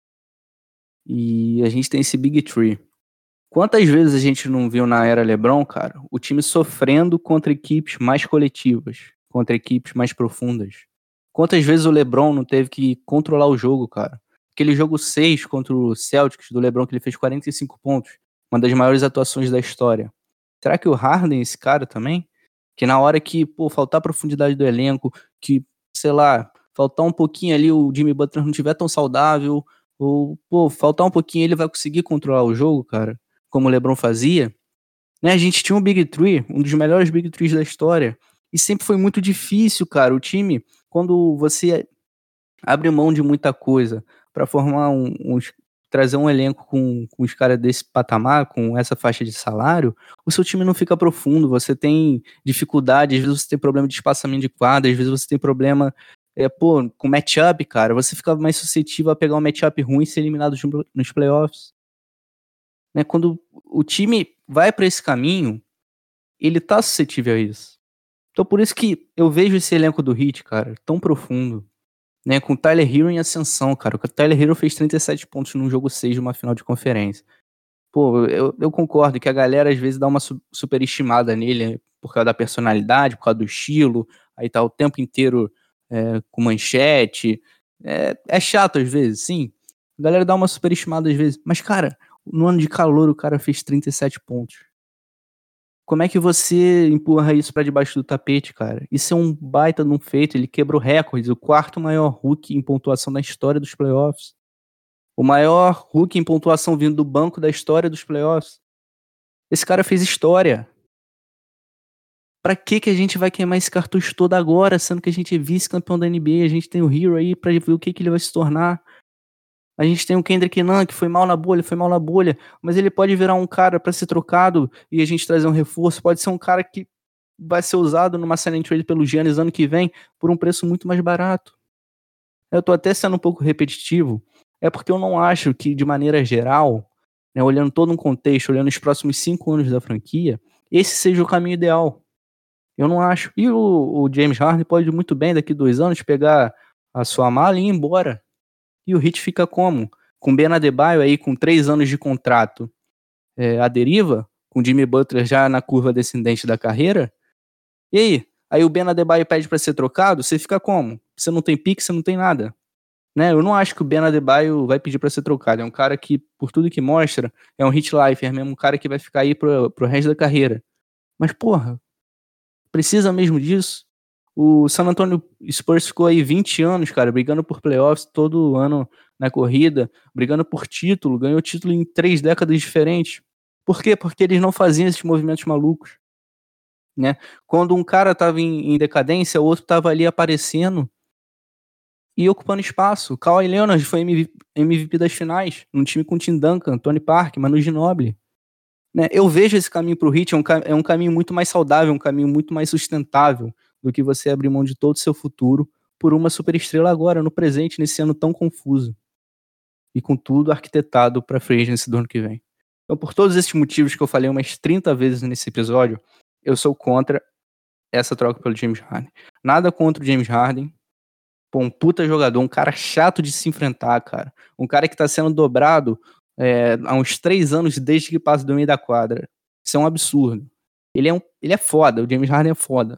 e a gente tem esse Big Three. Quantas vezes a gente não viu na era LeBron, cara, o time sofrendo contra equipes mais coletivas, contra equipes mais profundas? Quantas vezes o LeBron não teve que controlar o jogo, cara? Aquele jogo seis contra o Celtics do LeBron, que ele fez quarenta e cinco pontos, uma das maiores atuações da história. Será que o Harden é esse cara também? Que na hora que, pô, faltar profundidade do elenco, que, sei lá, faltar um pouquinho ali, o Jimmy Butler não estiver tão saudável, ou, pô, faltar um pouquinho ele vai conseguir controlar o jogo, cara? Como o LeBron fazia, né? A gente tinha um Big Three, um dos melhores Big Threes da história, e sempre foi muito difícil, cara, o time, quando você abre mão de muita coisa para formar um, um, trazer um elenco com, com os caras desse patamar, com essa faixa de salário, o seu time não fica profundo, você tem dificuldade, às vezes você tem problema de espaçamento de quadra, às vezes você tem problema, é, pô, com matchup, cara, você fica mais suscetível a pegar um matchup ruim e ser eliminado nos playoffs. Né, quando o time vai para esse caminho, ele tá suscetível a isso. Então por isso que eu vejo esse elenco do Heat, cara, tão profundo, né, com o Tyler Hero em ascensão, cara. O Tyler Hero fez trinta e sete pontos num jogo seis de uma final de conferência. Pô, eu, eu concordo que a galera às vezes dá uma su- superestimada nele por causa da personalidade, por causa do estilo, aí tá o tempo inteiro é, com manchete. É, é chato às vezes, sim. A galera dá uma superestimada às vezes, mas cara, no ano de calor o cara fez trinta e sete pontos. Como é que você empurra isso pra debaixo do tapete, cara? Isso é um baita de um feito, ele quebrou recordes, o quarto maior rookie em pontuação da história dos playoffs. O maior rookie em pontuação vindo do banco da história dos playoffs. Esse cara fez história. Pra que que a gente vai queimar esse cartucho todo agora, sendo que a gente é vice-campeão da N B A, a gente tem o Hero aí pra ver o que que ele vai se tornar. A gente tem o Kendrick Nunn, que foi mal na bolha, foi mal na bolha, mas ele pode virar um cara pra ser trocado e a gente trazer um reforço, pode ser um cara que vai ser usado numa silent trade pelo Giannis ano que vem por um preço muito mais barato. Eu tô até sendo um pouco repetitivo, é porque eu não acho que, de maneira geral, né, olhando todo um contexto, olhando os próximos cinco anos da franquia, esse seja o caminho ideal. Eu não acho. E o, o James Harden pode muito bem, daqui dois anos, pegar a sua mala e ir embora. E o Heat fica como? Com Ben Adebayo aí com três anos de contrato é, à deriva, com Jimmy Butler já na curva descendente da carreira. E aí? Aí o Ben Adebayo pede pra ser trocado, você fica como? Você não tem pique, você não tem nada. Né? Eu não acho que o Ben Adebayo vai pedir pra ser trocado. É um cara que, por tudo que mostra, é um hit lifer, é mesmo um cara que vai ficar aí pro, pro resto da carreira. Mas, porra, precisa mesmo disso? O San Antonio Spurs ficou aí vinte anos, cara, brigando por playoffs todo ano na corrida, brigando por título, ganhou título em três décadas diferentes. Por quê? Porque eles não faziam esses movimentos malucos. Né? Quando um cara tava em, em decadência, o outro tava ali aparecendo. e ocupando espaço. Kawhi Leonard foi M V P das finais, num time com Tim Duncan, Tony Parker, Manu Ginobili. Né? Eu vejo esse caminho pro Heat, é um, é um caminho muito mais saudável, um caminho muito mais sustentável do que você abrir mão de todo o seu futuro por uma superestrela agora, no presente, nesse ano tão confuso. E com tudo arquitetado para free agency do ano que vem. Então, por todos esses motivos que eu falei umas trinta vezes nesse episódio, eu sou contra essa troca pelo James Harden. Nada contra o James Harden. Pô, um puta jogador, um cara chato de se enfrentar, cara. Um cara que tá sendo dobrado é, há uns três anos desde que passa do meio da quadra. Isso é um absurdo. Ele é, um, ele é foda, o James Harden é foda.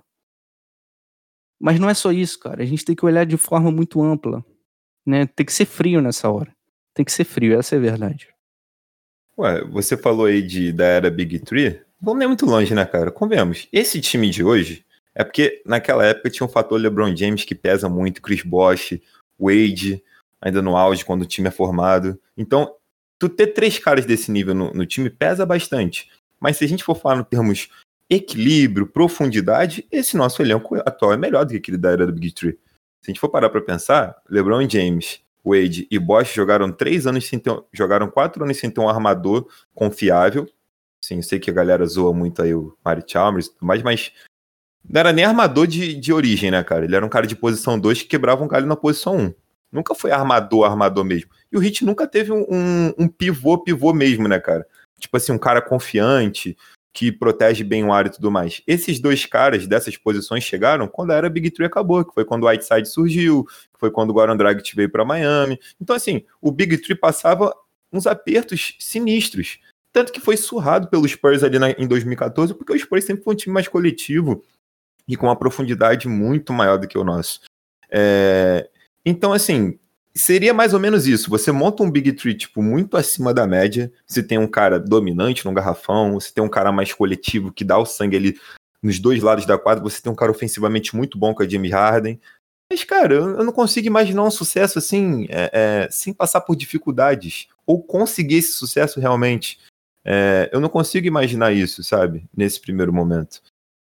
Mas não é só isso, cara. A gente tem que olhar de forma muito ampla. Né? Tem que ser frio nessa hora. Tem que ser frio, essa é a verdade. Ué, você falou aí de, da era Big Three. Vamos nem muito longe, né, cara? Convenhamos. Esse time de hoje é porque naquela época tinha um fator LeBron James que pesa muito, Chris Bosh, Wade, ainda no auge quando o time é formado. Então, tu ter três caras desse nível no, no time pesa bastante. Mas se a gente for falar em termos equilíbrio, profundidade, esse nosso elenco atual é melhor do que aquele da era do Big Three. Se a gente for parar pra pensar, LeBron James, Wade e Bosh jogaram três anos sem ter, jogaram quatro anos sem ter um armador confiável. Sim, eu sei que a galera zoa muito aí o Mari Chalmers e tudo mais, mas não era nem armador de, de origem, né, cara? Ele era um cara de posição dois que quebrava um galho na posição um. Nunca foi armador, armador mesmo. E o Heat nunca teve um, um, um pivô, pivô mesmo, né, cara? Tipo assim, um cara confiante, que protege bem o ar e tudo mais. Esses dois caras dessas posições chegaram quando a era Big Three acabou, que foi quando o Whiteside surgiu, que foi quando o Goran Dragic veio para Miami. Então, assim, o Big Three passava uns apertos sinistros. Tanto que foi surrado pelos Spurs ali na, em dois mil e catorze, porque o Spurs sempre foi um time mais coletivo e com uma profundidade muito maior do que o nosso. É... Então, assim, seria mais ou menos isso. Você monta um Big Three, tipo, muito acima da média. Você tem um cara dominante no garrafão, você tem um cara mais coletivo que dá o sangue ali nos dois lados da quadra, você tem um cara ofensivamente muito bom com a James Harden. Mas, cara, eu não consigo imaginar um sucesso assim, é, é, sem passar por dificuldades. Ou conseguir esse sucesso realmente. É, eu não consigo imaginar isso, sabe? Nesse primeiro momento.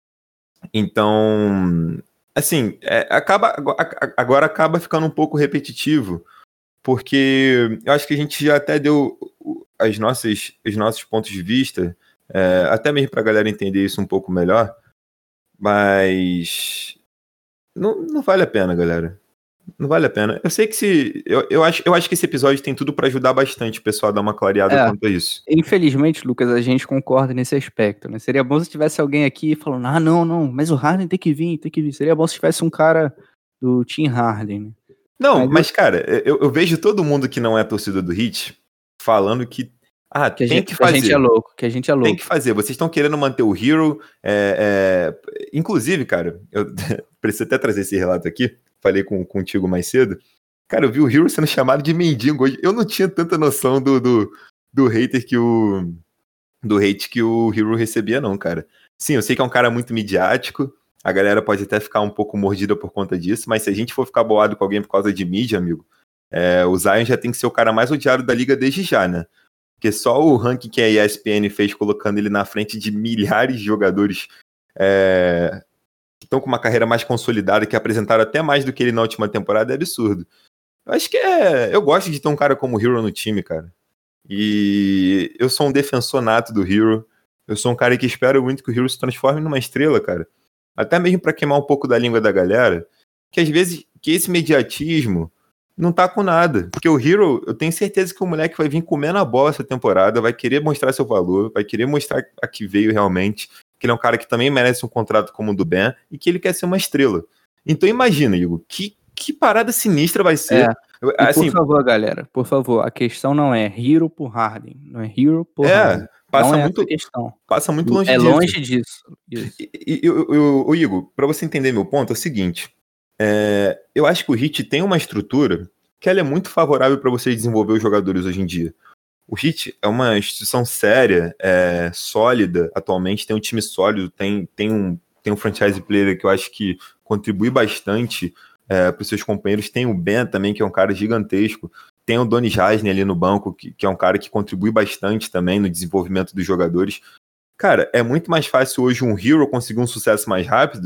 Então, assim, é, acaba, agora acaba ficando um pouco repetitivo, porque eu acho que a gente já até deu as nossas, os nossos pontos de vista, é, até mesmo para a galera entender isso um pouco melhor, mas não, não vale a pena, galera. Não vale a pena. Eu sei que se. Eu, eu, acho, eu acho que esse episódio tem tudo pra ajudar bastante o pessoal a dar uma clareada É. quanto a isso. Infelizmente, Lucas, a gente concorda nesse aspecto, né? Seria bom se tivesse alguém aqui falando, ah, não, não, mas o Harden tem que vir, tem que vir. Seria bom se tivesse um cara do Team Harden, né? Não, Mas mas, cara, eu, eu vejo todo mundo que não é torcedor do Heat falando que. Ah, Que a, tem gente, que que a fazer. gente é louco, que a gente é louco. Tem que fazer. Vocês estão querendo manter o Hero. É, é... Inclusive, cara, eu preciso até trazer esse relato aqui. Falei com, contigo mais cedo. Cara, eu vi o Hero sendo chamado de mendigo hoje. Eu não tinha tanta noção do, do, do hater que o. Do hate que o Hero recebia, não, cara. Sim, eu sei que é um cara muito midiático. A galera pode até ficar um pouco mordida por conta disso, mas se a gente for ficar boado com alguém por causa de mídia, amigo, é, o Zion já tem que ser o cara mais odiado da liga desde já, né? Porque só o ranking que a E S P N fez colocando ele na frente de milhares de jogadores é, que estão com uma carreira mais consolidada, que apresentaram até mais do que ele na última temporada, é absurdo. Eu acho que é... Eu gosto de ter um cara como o Hero no time, cara. E eu sou um defensor nato do Hero. Eu sou um cara que espero muito que o Hero se transforme numa estrela, cara. Até mesmo pra queimar um pouco da língua da galera, que às vezes que esse mediatismo não tá com nada. Porque o Hero, eu tenho certeza que o moleque vai vir comendo a bola essa temporada, vai querer mostrar seu valor, vai querer mostrar a que veio realmente, que ele é um cara que também merece um contrato como o do Ben e que ele quer ser uma estrela. Então imagina, Igor, que Que parada sinistra vai ser. É. E assim, por favor, galera, por favor, a questão não é Hero por Harden, não é Hero por é, Harden. passa não é muito, essa questão. Passa muito longe é disso. É longe disso. Isso. E, e, eu, eu, eu, Igor, para você entender meu ponto, é o seguinte, é, eu acho que o Heat tem uma estrutura que ela é muito favorável para você desenvolver os jogadores hoje em dia. O Heat é uma instituição séria, é, sólida, atualmente tem um time sólido, tem, tem, um, tem um franchise player que eu acho que contribui bastante É, para os seus companheiros. Tem o Ben também, que é um cara gigantesco. Tem o Donny Jasny ali no banco, que, que é um cara que contribui bastante também no desenvolvimento dos jogadores. Cara, é muito mais fácil hoje um Hero conseguir um sucesso mais rápido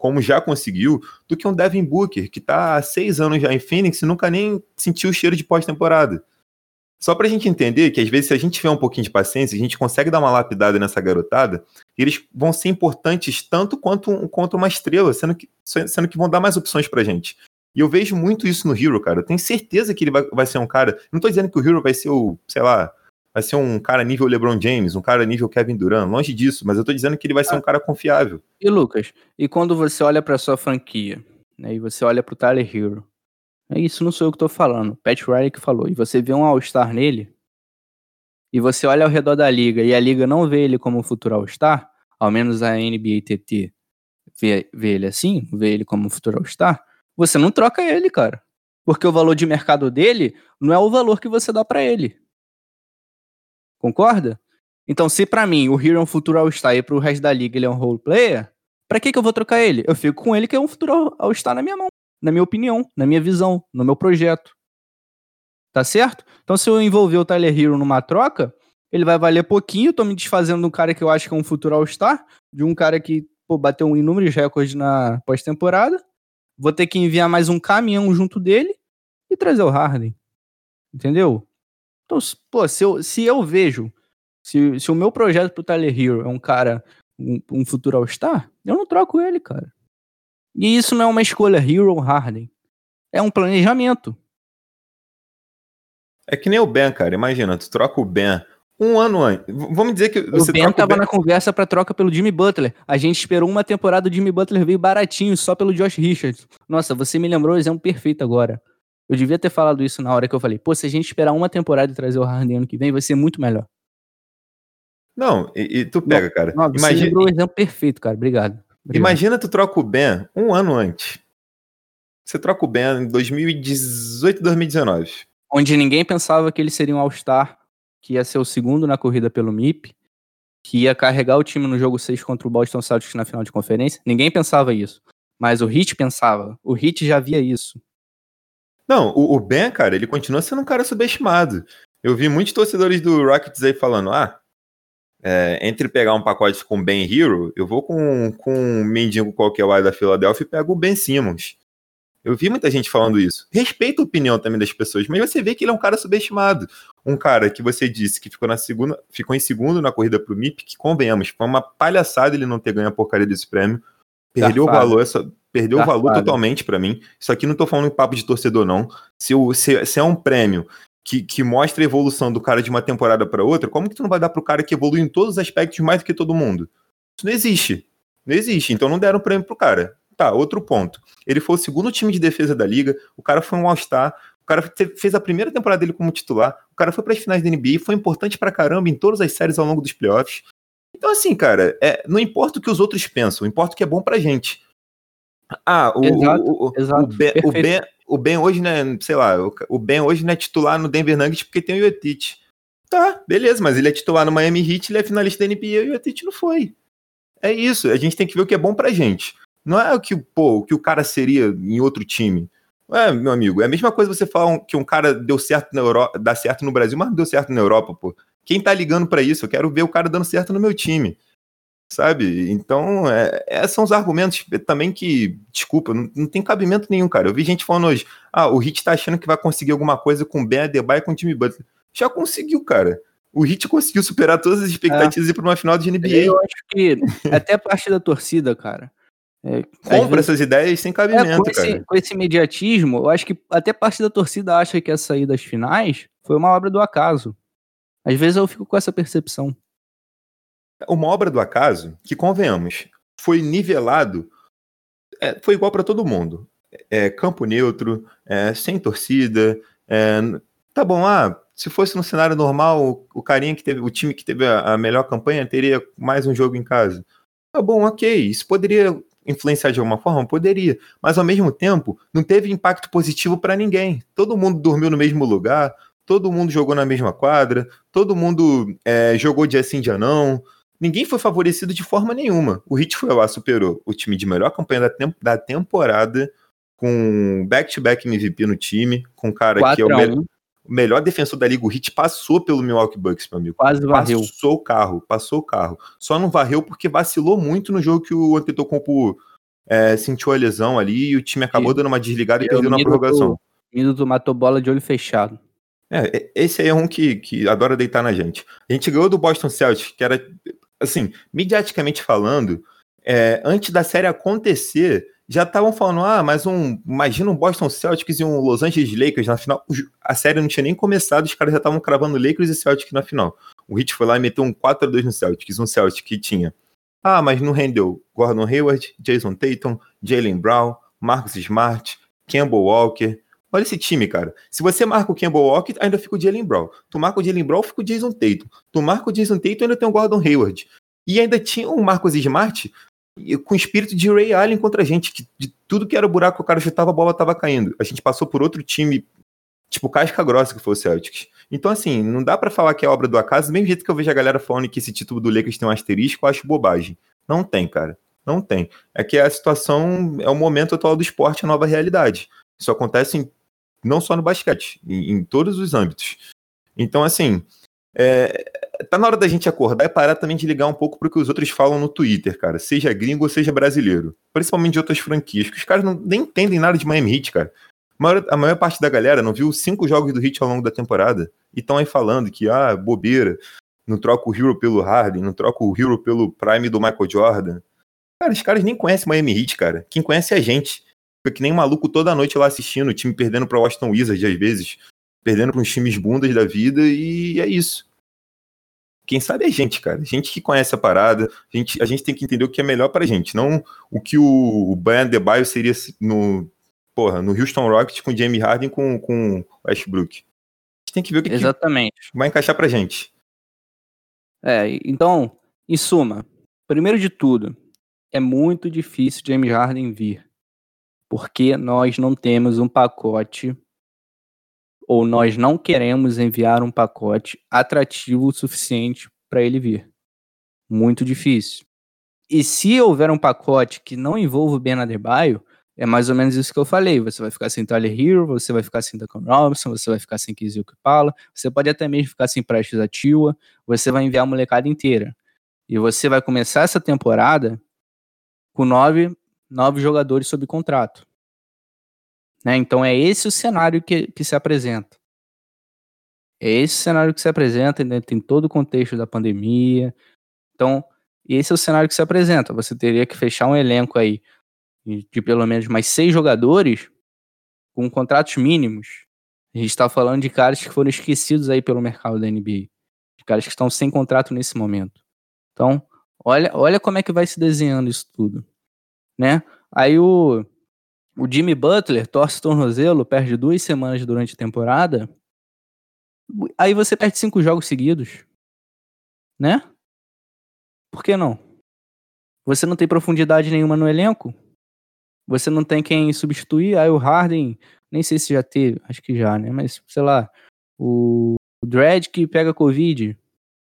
como já conseguiu, do que um Devin Booker, que tá há seis anos já em Phoenix e nunca nem sentiu o cheiro de pós-temporada. Só pra gente entender que, às vezes, se a gente tiver um pouquinho de paciência, a gente consegue dar uma lapidada nessa garotada, e eles vão ser importantes tanto quanto, quanto uma estrela, sendo que, sendo que vão dar mais opções pra gente. E eu vejo muito isso no Hero, cara. Eu tenho certeza que ele vai, vai ser um cara... Não tô dizendo que o Hero vai ser o, sei lá, vai ser um cara nível LeBron James, um cara nível Kevin Durant, longe disso, mas eu tô dizendo que ele vai ser um cara confiável. E Lucas, e quando você olha pra sua franquia, né, e você olha pro Tyler Hero, é isso não sou eu que tô falando, Pat Riley que falou, e você vê um All-Star nele, e você olha ao redor da liga, e a liga não vê ele como um futuro All-Star, ao menos a N B A T T vê, vê ele assim, vê ele como um futuro All-Star, você não troca ele, cara. Porque o valor de mercado dele não é o valor que você dá pra ele. Concorda? Então, se pra mim o Hero é um futuro All-Star e pro resto da liga ele é um role player, pra que que eu vou trocar ele? Eu fico com ele que é um futuro All-Star na minha mão, na minha opinião, na minha visão, no meu projeto. Tá certo? Então, se eu envolver o Tyler Hero numa troca, ele vai valer pouquinho, eu tô me desfazendo de um cara que eu acho que é um futuro All-Star, de um cara que, pô, bateu inúmeros recordes na pós-temporada, vou ter que enviar mais um caminhão junto dele e trazer o Harden. Entendeu? Então, pô, se eu, se eu vejo, se, se o meu projeto pro Tyler Hero é um cara, um, um futuro All-Star, eu não troco ele, cara. E isso não é uma escolha Hero ou Harden. É um planejamento. É que nem o Ben, cara. Imagina, tu troca o Ben um ano antes. V- Vamos dizer que você o Ben troca tava o Ben... na conversa pra troca pelo Jimmy Butler. A gente esperou uma temporada, o Jimmy Butler veio baratinho, só pelo Josh Richards. Nossa, você me lembrou o exemplo perfeito agora. Eu devia ter falado isso na hora que eu falei, pô, se a gente esperar uma temporada e trazer o Harden ano que vem, vai ser muito melhor. Não, e, e tu pega, cara. Não, você Imagina, lembrou o exemplo perfeito, cara. Obrigado. Obrigado. imagina tu troca o Ben um ano antes. Você troca o Ben em dois mil e dezoito, dois mil e dezenove. Onde ninguém pensava que ele seria um All-Star, que ia ser o segundo na corrida pelo M I P, que ia carregar o time no jogo seis contra o Boston Celtics na final de conferência. Ninguém pensava isso. Mas o Heat pensava. O Heat já via isso. Não, o, o Ben, cara, ele continua sendo um cara subestimado. Eu vi muitos torcedores do Rockets aí falando, ah, é, entre pegar um pacote com Ben Hero, eu vou com, com um mendigo qualquer lá da Filadélfia e pego o Ben Simmons. Eu vi muita gente falando isso. Respeito a opinião também das pessoas, mas você vê que ele é um cara subestimado. Um cara que você disse que ficou, na segunda, ficou em segundo na corrida pro M I P, que convenhamos, foi uma palhaçada ele não ter ganho a porcaria desse prêmio. Perdeu Garfado. o valor, essa, perdeu Garfado. o valor totalmente pra mim. Isso aqui não tô falando em papo de torcedor, não. Se, o, se, se é um prêmio que, que mostra a evolução do cara de uma temporada pra outra, como que tu não vai dar pro cara que evolui em todos os aspectos mais do que todo mundo? Isso não existe. Não existe. Então não deram prêmio pro cara. Tá, outro ponto. Ele foi o segundo time de defesa da liga, o cara foi um All-Star, o cara te- fez a primeira temporada dele como titular, o cara foi para as finais da N B A, foi importante pra caramba em todas as séries ao longo dos playoffs. Então assim, cara, é, não importa o que os outros pensam, importa o que é bom pra gente. Ah, o, Exato, o, o, exato, o, ben, o, perfeito. ben, o Ben hoje, né, sei lá, o, o Ben hoje não é titular no Denver Nuggets porque tem o Jokic. Tá, beleza, mas ele é titular no Miami Heat, ele é finalista da N B A e o Jokic não foi. É isso, a gente tem que ver o que é bom pra gente. Não é o que, pô, o que o cara seria em outro time. Não é, meu amigo, é a mesma coisa você falar um- que um cara deu certo na Europa, dá certo no Brasil, mas não deu certo na Europa, pô. Quem tá ligando pra isso? Eu quero ver o cara dando certo no meu time. Sabe? Então, é, esses são os argumentos também que, desculpa, não, não tem cabimento nenhum, cara. Eu vi gente falando hoje, ah, o Heat tá achando que vai conseguir alguma coisa com o Ben Adebayo e com o Jimmy Butler. Já conseguiu, cara. O Heat conseguiu superar todas as expectativas e ir pra uma final de N B A. Eu acho que até parte da torcida, cara. É, às Compra vezes- essas ideias sem É, cabimento, com, esse, cara. com esse imediatismo, eu acho que até parte da torcida acha que essa saída das finais foi uma obra do acaso. Às vezes eu fico com essa percepção. Uma obra do acaso, que convenhamos, foi nivelado, é, foi igual pra todo mundo. É, campo neutro, é, sem torcida. é, tá bom, ah, se fosse no cenário normal, o, o carinha que teve, o time que teve a, a melhor campanha teria mais um jogo em casa. Tá bom, ok. Isso poderia influenciar de alguma forma? Poderia. Mas ao mesmo tempo, não teve impacto positivo pra ninguém. Todo mundo dormiu no mesmo lugar, todo mundo jogou na mesma quadra, todo mundo é, jogou dia sim, dia não. Ninguém foi favorecido de forma nenhuma. O Heat foi lá, superou o time de melhor campanha da, tem- da temporada, com back-to-back M V P no time, com um cara que é o, quatro a me- um, o melhor defensor da liga. O Heat passou pelo Milwaukee Bucks, meu amigo. quase varreu. Passou o carro, passou o carro. Só não varreu porque vacilou muito no jogo que o Antetokounmpo é, sentiu a lesão ali e o time acabou E- dando uma desligada e, e perdeu o na Middleton- prorrogação. Middleton matou bola de olho fechado. É, esse aí é um que, que adora deitar na gente. A gente ganhou do Boston Celtics, que era, assim, mediaticamente falando, é, antes da série acontecer, já estavam falando, ah, mas um, imagina um Boston Celtics e um Los Angeles Lakers na final. A série não tinha nem começado, os caras já estavam cravando Lakers e Celtics na final. O Heat foi lá e meteu um quatro a dois no Celtics, um Celtics que tinha, ah, mas não rendeu Gordon Hayward, Jason Tatum, Jaylen Brown, Marcus Smart, Kemba Walker. Olha esse time, cara. Se você marca o Kemba Walker, ainda fica o Jaylen Brown. Tu marca o Jaylen Brown, fica o Jason Tatum. Tu marca o Jason Tatum, ainda tem o Gordon Hayward. E ainda tinha o Marcus Smart com o espírito de Ray Allen contra a gente, que de tudo que era buraco que o cara chutava, a bola tava caindo. A gente passou por outro time, tipo casca grossa, que foi o Celtics. Então, assim, não dá pra falar que é obra do acaso. Do mesmo jeito que eu vejo a galera falando que esse título do Lakers tem um asterisco, eu acho bobagem. Não tem, cara. Não tem. É que a situação é o momento atual do esporte, a nova realidade. Isso acontece em não só no basquete, em, em todos os âmbitos. Então, assim, é, tá na hora da gente acordar e parar também de ligar um pouco pro que os outros falam no Twitter, cara. Seja gringo ou seja brasileiro. Principalmente de outras franquias, que os caras não, nem entendem nada de Miami Heat, cara. A maior, a maior parte da galera não viu cinco jogos do Heat ao longo da temporada e estão aí falando que, ah, bobeira, não troca o Hero pelo Harden, não troca o Hero pelo Prime do Michael Jordan. Cara, os caras nem conhecem Miami Heat, cara. Quem conhece é a gente. Fica que nem um maluco toda noite lá assistindo, o time perdendo pra Washington Wizards às vezes, perdendo pra uns times bundas da vida, e é isso. Quem sabe é a gente, cara. A gente que conhece a parada, a gente, a gente tem que entender o que é melhor pra gente, não o que o, o Bam Adebayo seria no, porra, no Houston Rockets com o James Harden com, com o Westbrook. A gente tem que ver o que, Exatamente. que vai encaixar pra gente. É, então, em suma, primeiro de tudo, é muito difícil James Harden vir. Porque nós não temos um pacote, ou nós não queremos enviar um pacote atrativo o suficiente para ele vir. Muito difícil. E se houver um pacote que não envolva o Ben Adebayo, é mais ou menos isso que eu falei. Você vai ficar sem Tyler Hero, você vai ficar sem Duncan Robinson, você vai ficar sem Kizzy Okpala, você pode até mesmo ficar sem Prestes Achiuwa, você vai enviar a molecada inteira. E você vai começar essa temporada com nove, nove jogadores sob contrato. Né? Então é esse o cenário que, que se apresenta. É esse o cenário que se apresenta, né? Tem todo o contexto da pandemia. Então, esse é o cenário que se apresenta. Você teria que fechar um elenco aí de, de pelo menos mais seis jogadores com contratos mínimos. A gente está falando de caras que foram esquecidos aí pelo mercado da N B A. De caras que estão sem contrato nesse momento. Então, olha, olha como é que vai se desenhando isso tudo. Né? Aí o... O Jimmy Butler torce o tornozelo, perde duas semanas durante a temporada. Aí você perde cinco jogos seguidos. Né? Por que não? Você não tem profundidade nenhuma no elenco. Você não tem quem substituir. Aí o Harden, nem sei se já teve, acho que já, né? Mas, sei lá, o Dredd que pega Covid.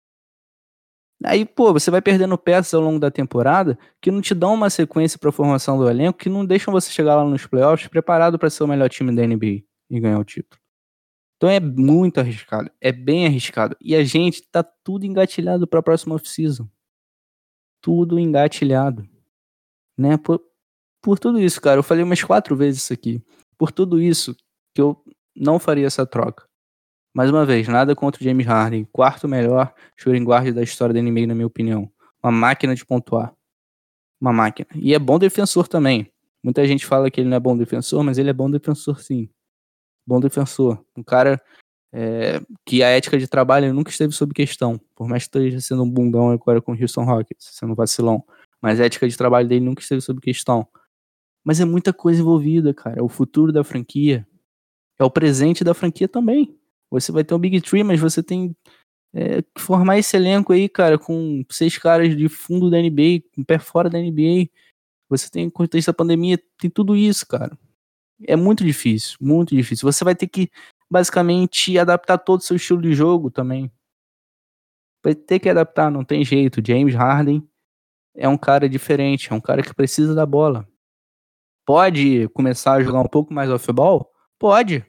Aí, pô, você vai perdendo peças ao longo da temporada que não te dão uma sequência para a formação do elenco, que não deixam você chegar lá nos playoffs preparado para ser o melhor time da N B A e ganhar o título. Então é muito arriscado, é bem arriscado. E a gente tá tudo engatilhado para a próxima off-season. Tudo engatilhado. Né? Por, por tudo isso, cara, eu falei umas quatro vezes isso aqui. Por tudo isso que eu não faria essa troca. Mais uma vez, nada contra o James Harden, quarto melhor shooting guard da história da N B A, na minha opinião. Uma máquina de pontuar. Uma máquina. E é bom defensor também. Muita gente fala que ele não é bom defensor, mas ele é bom defensor sim. Bom defensor. Um cara é, que a ética de trabalho nunca esteve sob questão. Por mais que esteja sendo um bundão agora com o Houston Rockets, sendo um vacilão. Mas a ética de trabalho dele nunca esteve sob questão. Mas é muita coisa envolvida, cara. É o futuro da franquia. É o presente da franquia também. Você vai ter um Big Three, mas você tem é, que formar esse elenco aí, cara, com seis caras de fundo da N B A, com pé fora da N B A. Você tem, no contexto da pandemia, tem tudo isso, cara. É muito difícil, muito difícil. Você vai ter que, basicamente, adaptar todo o seu estilo de jogo também. Vai ter que adaptar, não tem jeito. James Harden é um cara diferente, é um cara que precisa da bola. Pode começar a jogar um pouco mais off-ball? Pode.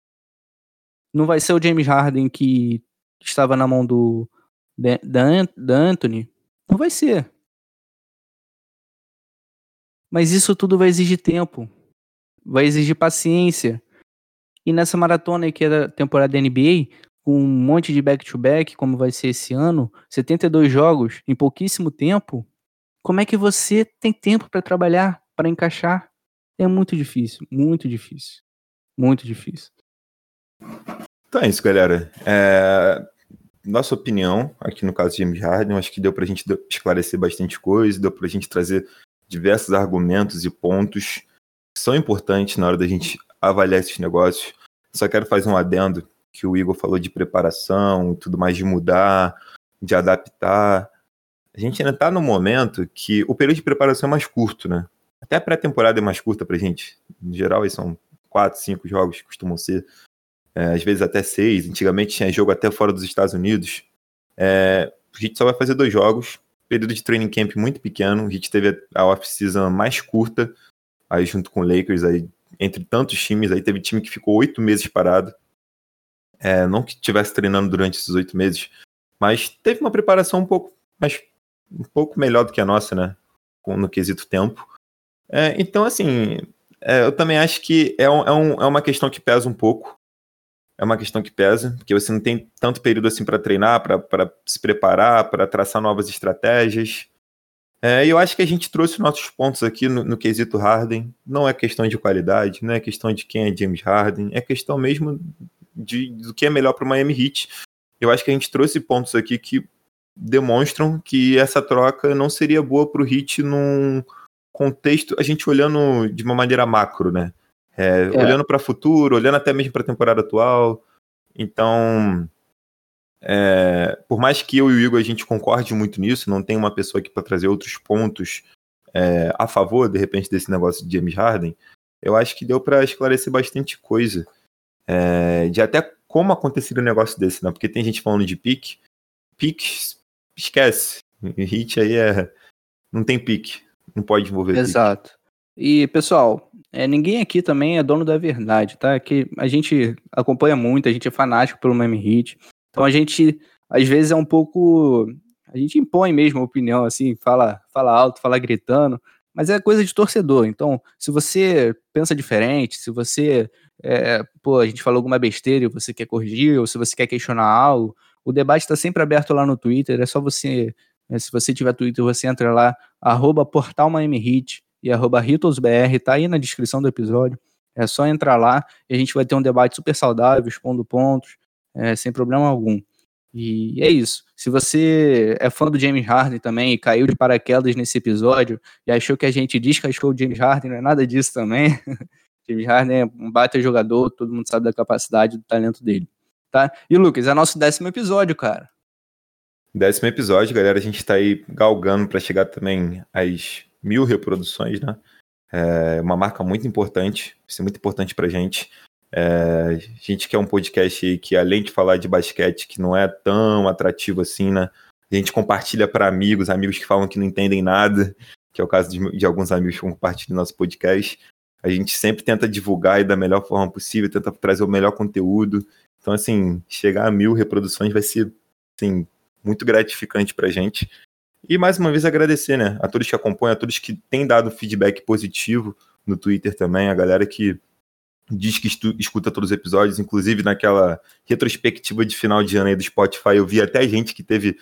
Não vai ser o James Harden que estava na mão do da, da Anthony? Não vai ser. Mas isso tudo vai exigir tempo, vai exigir paciência. E nessa maratona aí que é da temporada da N B A, com um monte de back-to-back, como vai ser esse ano, setenta e dois jogos em pouquíssimo tempo, como é que você tem tempo para trabalhar, para encaixar? É muito difícil, muito difícil, muito difícil. Então é isso, galera. É... Nossa opinião, aqui no caso de James Harden, acho que deu pra gente esclarecer bastante coisa, deu pra gente trazer diversos argumentos e pontos que são importantes na hora da gente avaliar esses negócios. Só quero fazer um adendo que o Igor falou de preparação e tudo mais, de mudar, de adaptar. A gente ainda tá no momento que o período de preparação é mais curto, né? Até a pré-temporada é mais curta pra gente. No geral, aí são quatro, cinco jogos que costumam ser. É, às vezes até seis. Antigamente tinha jogo até fora dos Estados Unidos. É, a gente só vai fazer dois jogos. Período de training camp muito pequeno. A gente teve a off-season mais curta, aí junto com o Lakers, aí, entre tantos times. Aí teve time que ficou oito meses parado. É, não que estivesse treinando durante esses oito meses, mas teve uma preparação um pouco, mais, um pouco melhor do que a nossa, né? No quesito tempo. É, então, assim, é, eu também acho que é, um, é, um, é uma questão que pesa um pouco. É uma questão que pesa, porque você não tem tanto período assim para treinar, para se preparar, para traçar novas estratégias. É, e eu acho que a gente trouxe nossos pontos aqui no, no quesito Harden. Não é questão de qualidade, não é questão de quem é James Harden, é questão mesmo de, do que é melhor para o Miami Heat. Eu acho que a gente trouxe pontos aqui que demonstram que essa troca não seria boa para o Heat num contexto, a gente olhando de uma maneira macro, né? É, é. Olhando para o futuro, olhando até mesmo para a temporada atual. Então, é, por mais que eu e o Igor a gente concorde muito nisso, não tem uma pessoa aqui para trazer outros pontos é, a favor, de repente, desse negócio de James Harden, eu acho que deu para esclarecer bastante coisa. É, de até como aconteceria um negócio desse, né? Porque tem gente falando de pique. Pique, esquece. Hit aí é... não tem pique. Não pode envolver pique. Exato. E, pessoal, é, ninguém aqui também é dono da verdade, tá? Que a gente acompanha muito, a gente é fanático pelo Miami Heat. Então a gente, às vezes, é um pouco... A gente impõe mesmo a opinião, assim, fala, fala alto, fala gritando, mas é coisa de torcedor. Então, se você pensa diferente, se você... É, pô, a gente falou alguma besteira e você quer corrigir, ou se você quer questionar algo, o debate está sempre aberto lá no Twitter, é só você... É, se você tiver Twitter, você entra lá, arroba portal Miami Heat, e arroba RitosBR, tá aí na descrição do episódio, é só entrar lá e a gente vai ter um debate super saudável, expondo pontos, é, sem problema algum. E é isso. Se você é fã do James Harden também e caiu de paraquedas nesse episódio e achou que a gente descascou o James Harden, não é nada disso também. James Harden é um baita jogador, todo mundo sabe da capacidade, do talento dele. Tá? E Lucas, é nosso décimo episódio, cara. Décimo episódio, galera, a gente tá aí galgando para chegar também às mil reproduções, né? É uma marca muito importante, isso é muito importante pra gente. É, a gente quer um podcast aí que, além de falar de basquete, que não é tão atrativo assim, né? A gente compartilha para amigos, amigos que falam que não entendem nada, que é o caso de, de alguns amigos que compartilham nosso podcast. A gente sempre tenta divulgar aí da melhor forma possível, tenta trazer o melhor conteúdo. Então, assim, chegar a mil reproduções vai ser, assim, muito gratificante pra gente. E, mais uma vez, agradecer, né, a todos que acompanham, a todos que têm dado feedback positivo no Twitter também, a galera que diz que estu- escuta todos os episódios, inclusive naquela retrospectiva de final de ano aí do Spotify, eu vi até gente que teve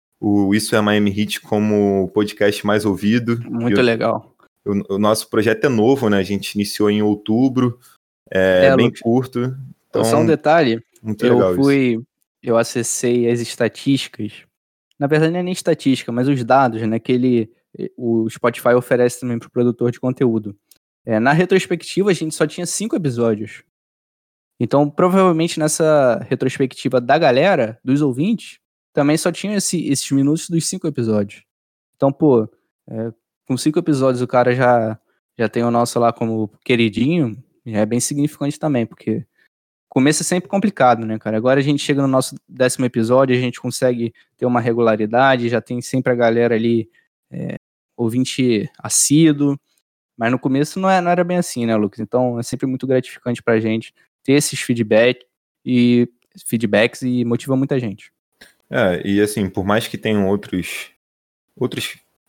o Isso é Miami Heat como podcast mais ouvido. Muito eu, legal. O, o nosso projeto é novo, né, a gente iniciou em outubro, é, é bem Lucas, curto. Então, só um detalhe, muito legal eu fui, isso. eu acessei as estatísticas, na verdade não é nem estatística, mas os dados, né, que ele, o Spotify oferece também para o produtor de conteúdo. É, na retrospectiva, a gente só tinha cinco episódios. Então, provavelmente nessa retrospectiva da galera, dos ouvintes, também só tinha esse, esses minutos dos cinco episódios. Então, pô, é, com cinco episódios o cara já, já tem o nosso lá como queridinho, é bem significante também, porque começo é sempre complicado, né, cara? Agora a gente chega no nosso décimo episódio, a gente consegue ter uma regularidade, já tem sempre a galera ali, é, ouvinte assíduo, mas no começo não, é, não era bem assim, né, Lucas? Então é sempre muito gratificante pra gente ter esses feedback e, feedbacks e motiva muita gente. É, e assim, por mais que tenham outros, outros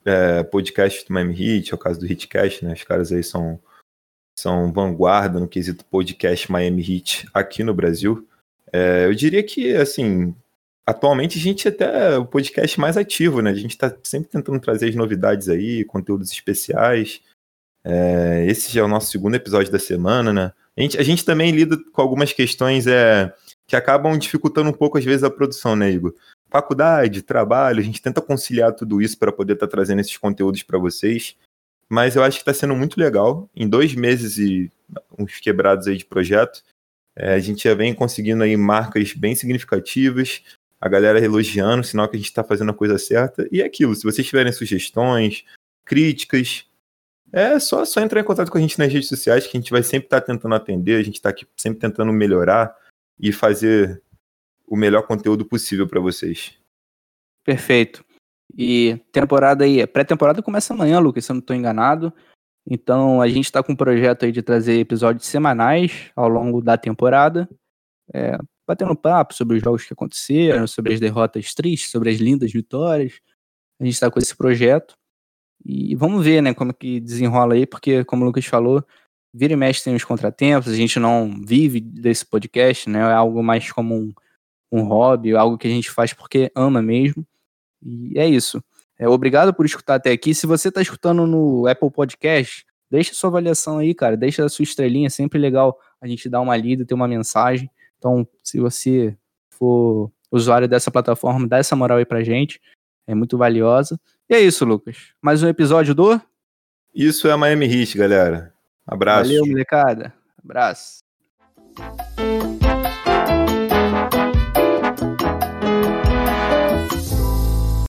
é, podcasts do Miami Heat, é o caso do Heatcast, né? Os caras aí são, são vanguarda no quesito podcast Miami Heat aqui no Brasil. É, eu diria que, assim, atualmente a gente até é o podcast mais ativo, né? A gente tá sempre tentando trazer as novidades aí, conteúdos especiais. É, esse já é o nosso segundo episódio da semana, né? A gente, a gente também lida com algumas questões é, que acabam dificultando um pouco, às vezes, a produção, né, Igor? Faculdade, trabalho, a gente tenta conciliar tudo isso para poder estar tá trazendo esses conteúdos para vocês. Mas eu acho que está sendo muito legal. Em dois meses e uns quebrados aí de projeto, é, a gente já vem conseguindo aí marcas bem significativas, a galera elogiando, sinal que a gente está fazendo a coisa certa. E é aquilo, se vocês tiverem sugestões, críticas, é só, só entrar em contato com a gente nas redes sociais, que a gente vai sempre estar tá tentando atender, a gente está aqui sempre tentando melhorar e fazer o melhor conteúdo possível para vocês. Perfeito. E temporada aí, pré-temporada começa amanhã, Lucas, se eu não estou enganado. Então a gente está com um projeto aí de trazer episódios semanais ao longo da temporada, é, batendo papo sobre os jogos que aconteceram, sobre as derrotas tristes, sobre as lindas vitórias. A gente está com esse projeto e vamos ver, né, como que desenrola aí, porque como o Lucas falou, vira e mexe tem os contratempos, a gente não vive desse podcast, né, é algo mais como um, um hobby, algo que a gente faz porque ama mesmo. E é isso. É, obrigado por escutar até aqui. Se você está escutando no Apple Podcast, deixa sua avaliação aí, cara. Deixa a sua estrelinha. É sempre legal a gente dar uma lida, ter uma mensagem. Então, se você for usuário dessa plataforma, dá essa moral aí pra gente. É muito valiosa. E é isso, Lucas. Mais um episódio do... Isso é a Miami Heat, galera. Abraço. Valeu, molecada. Abraço.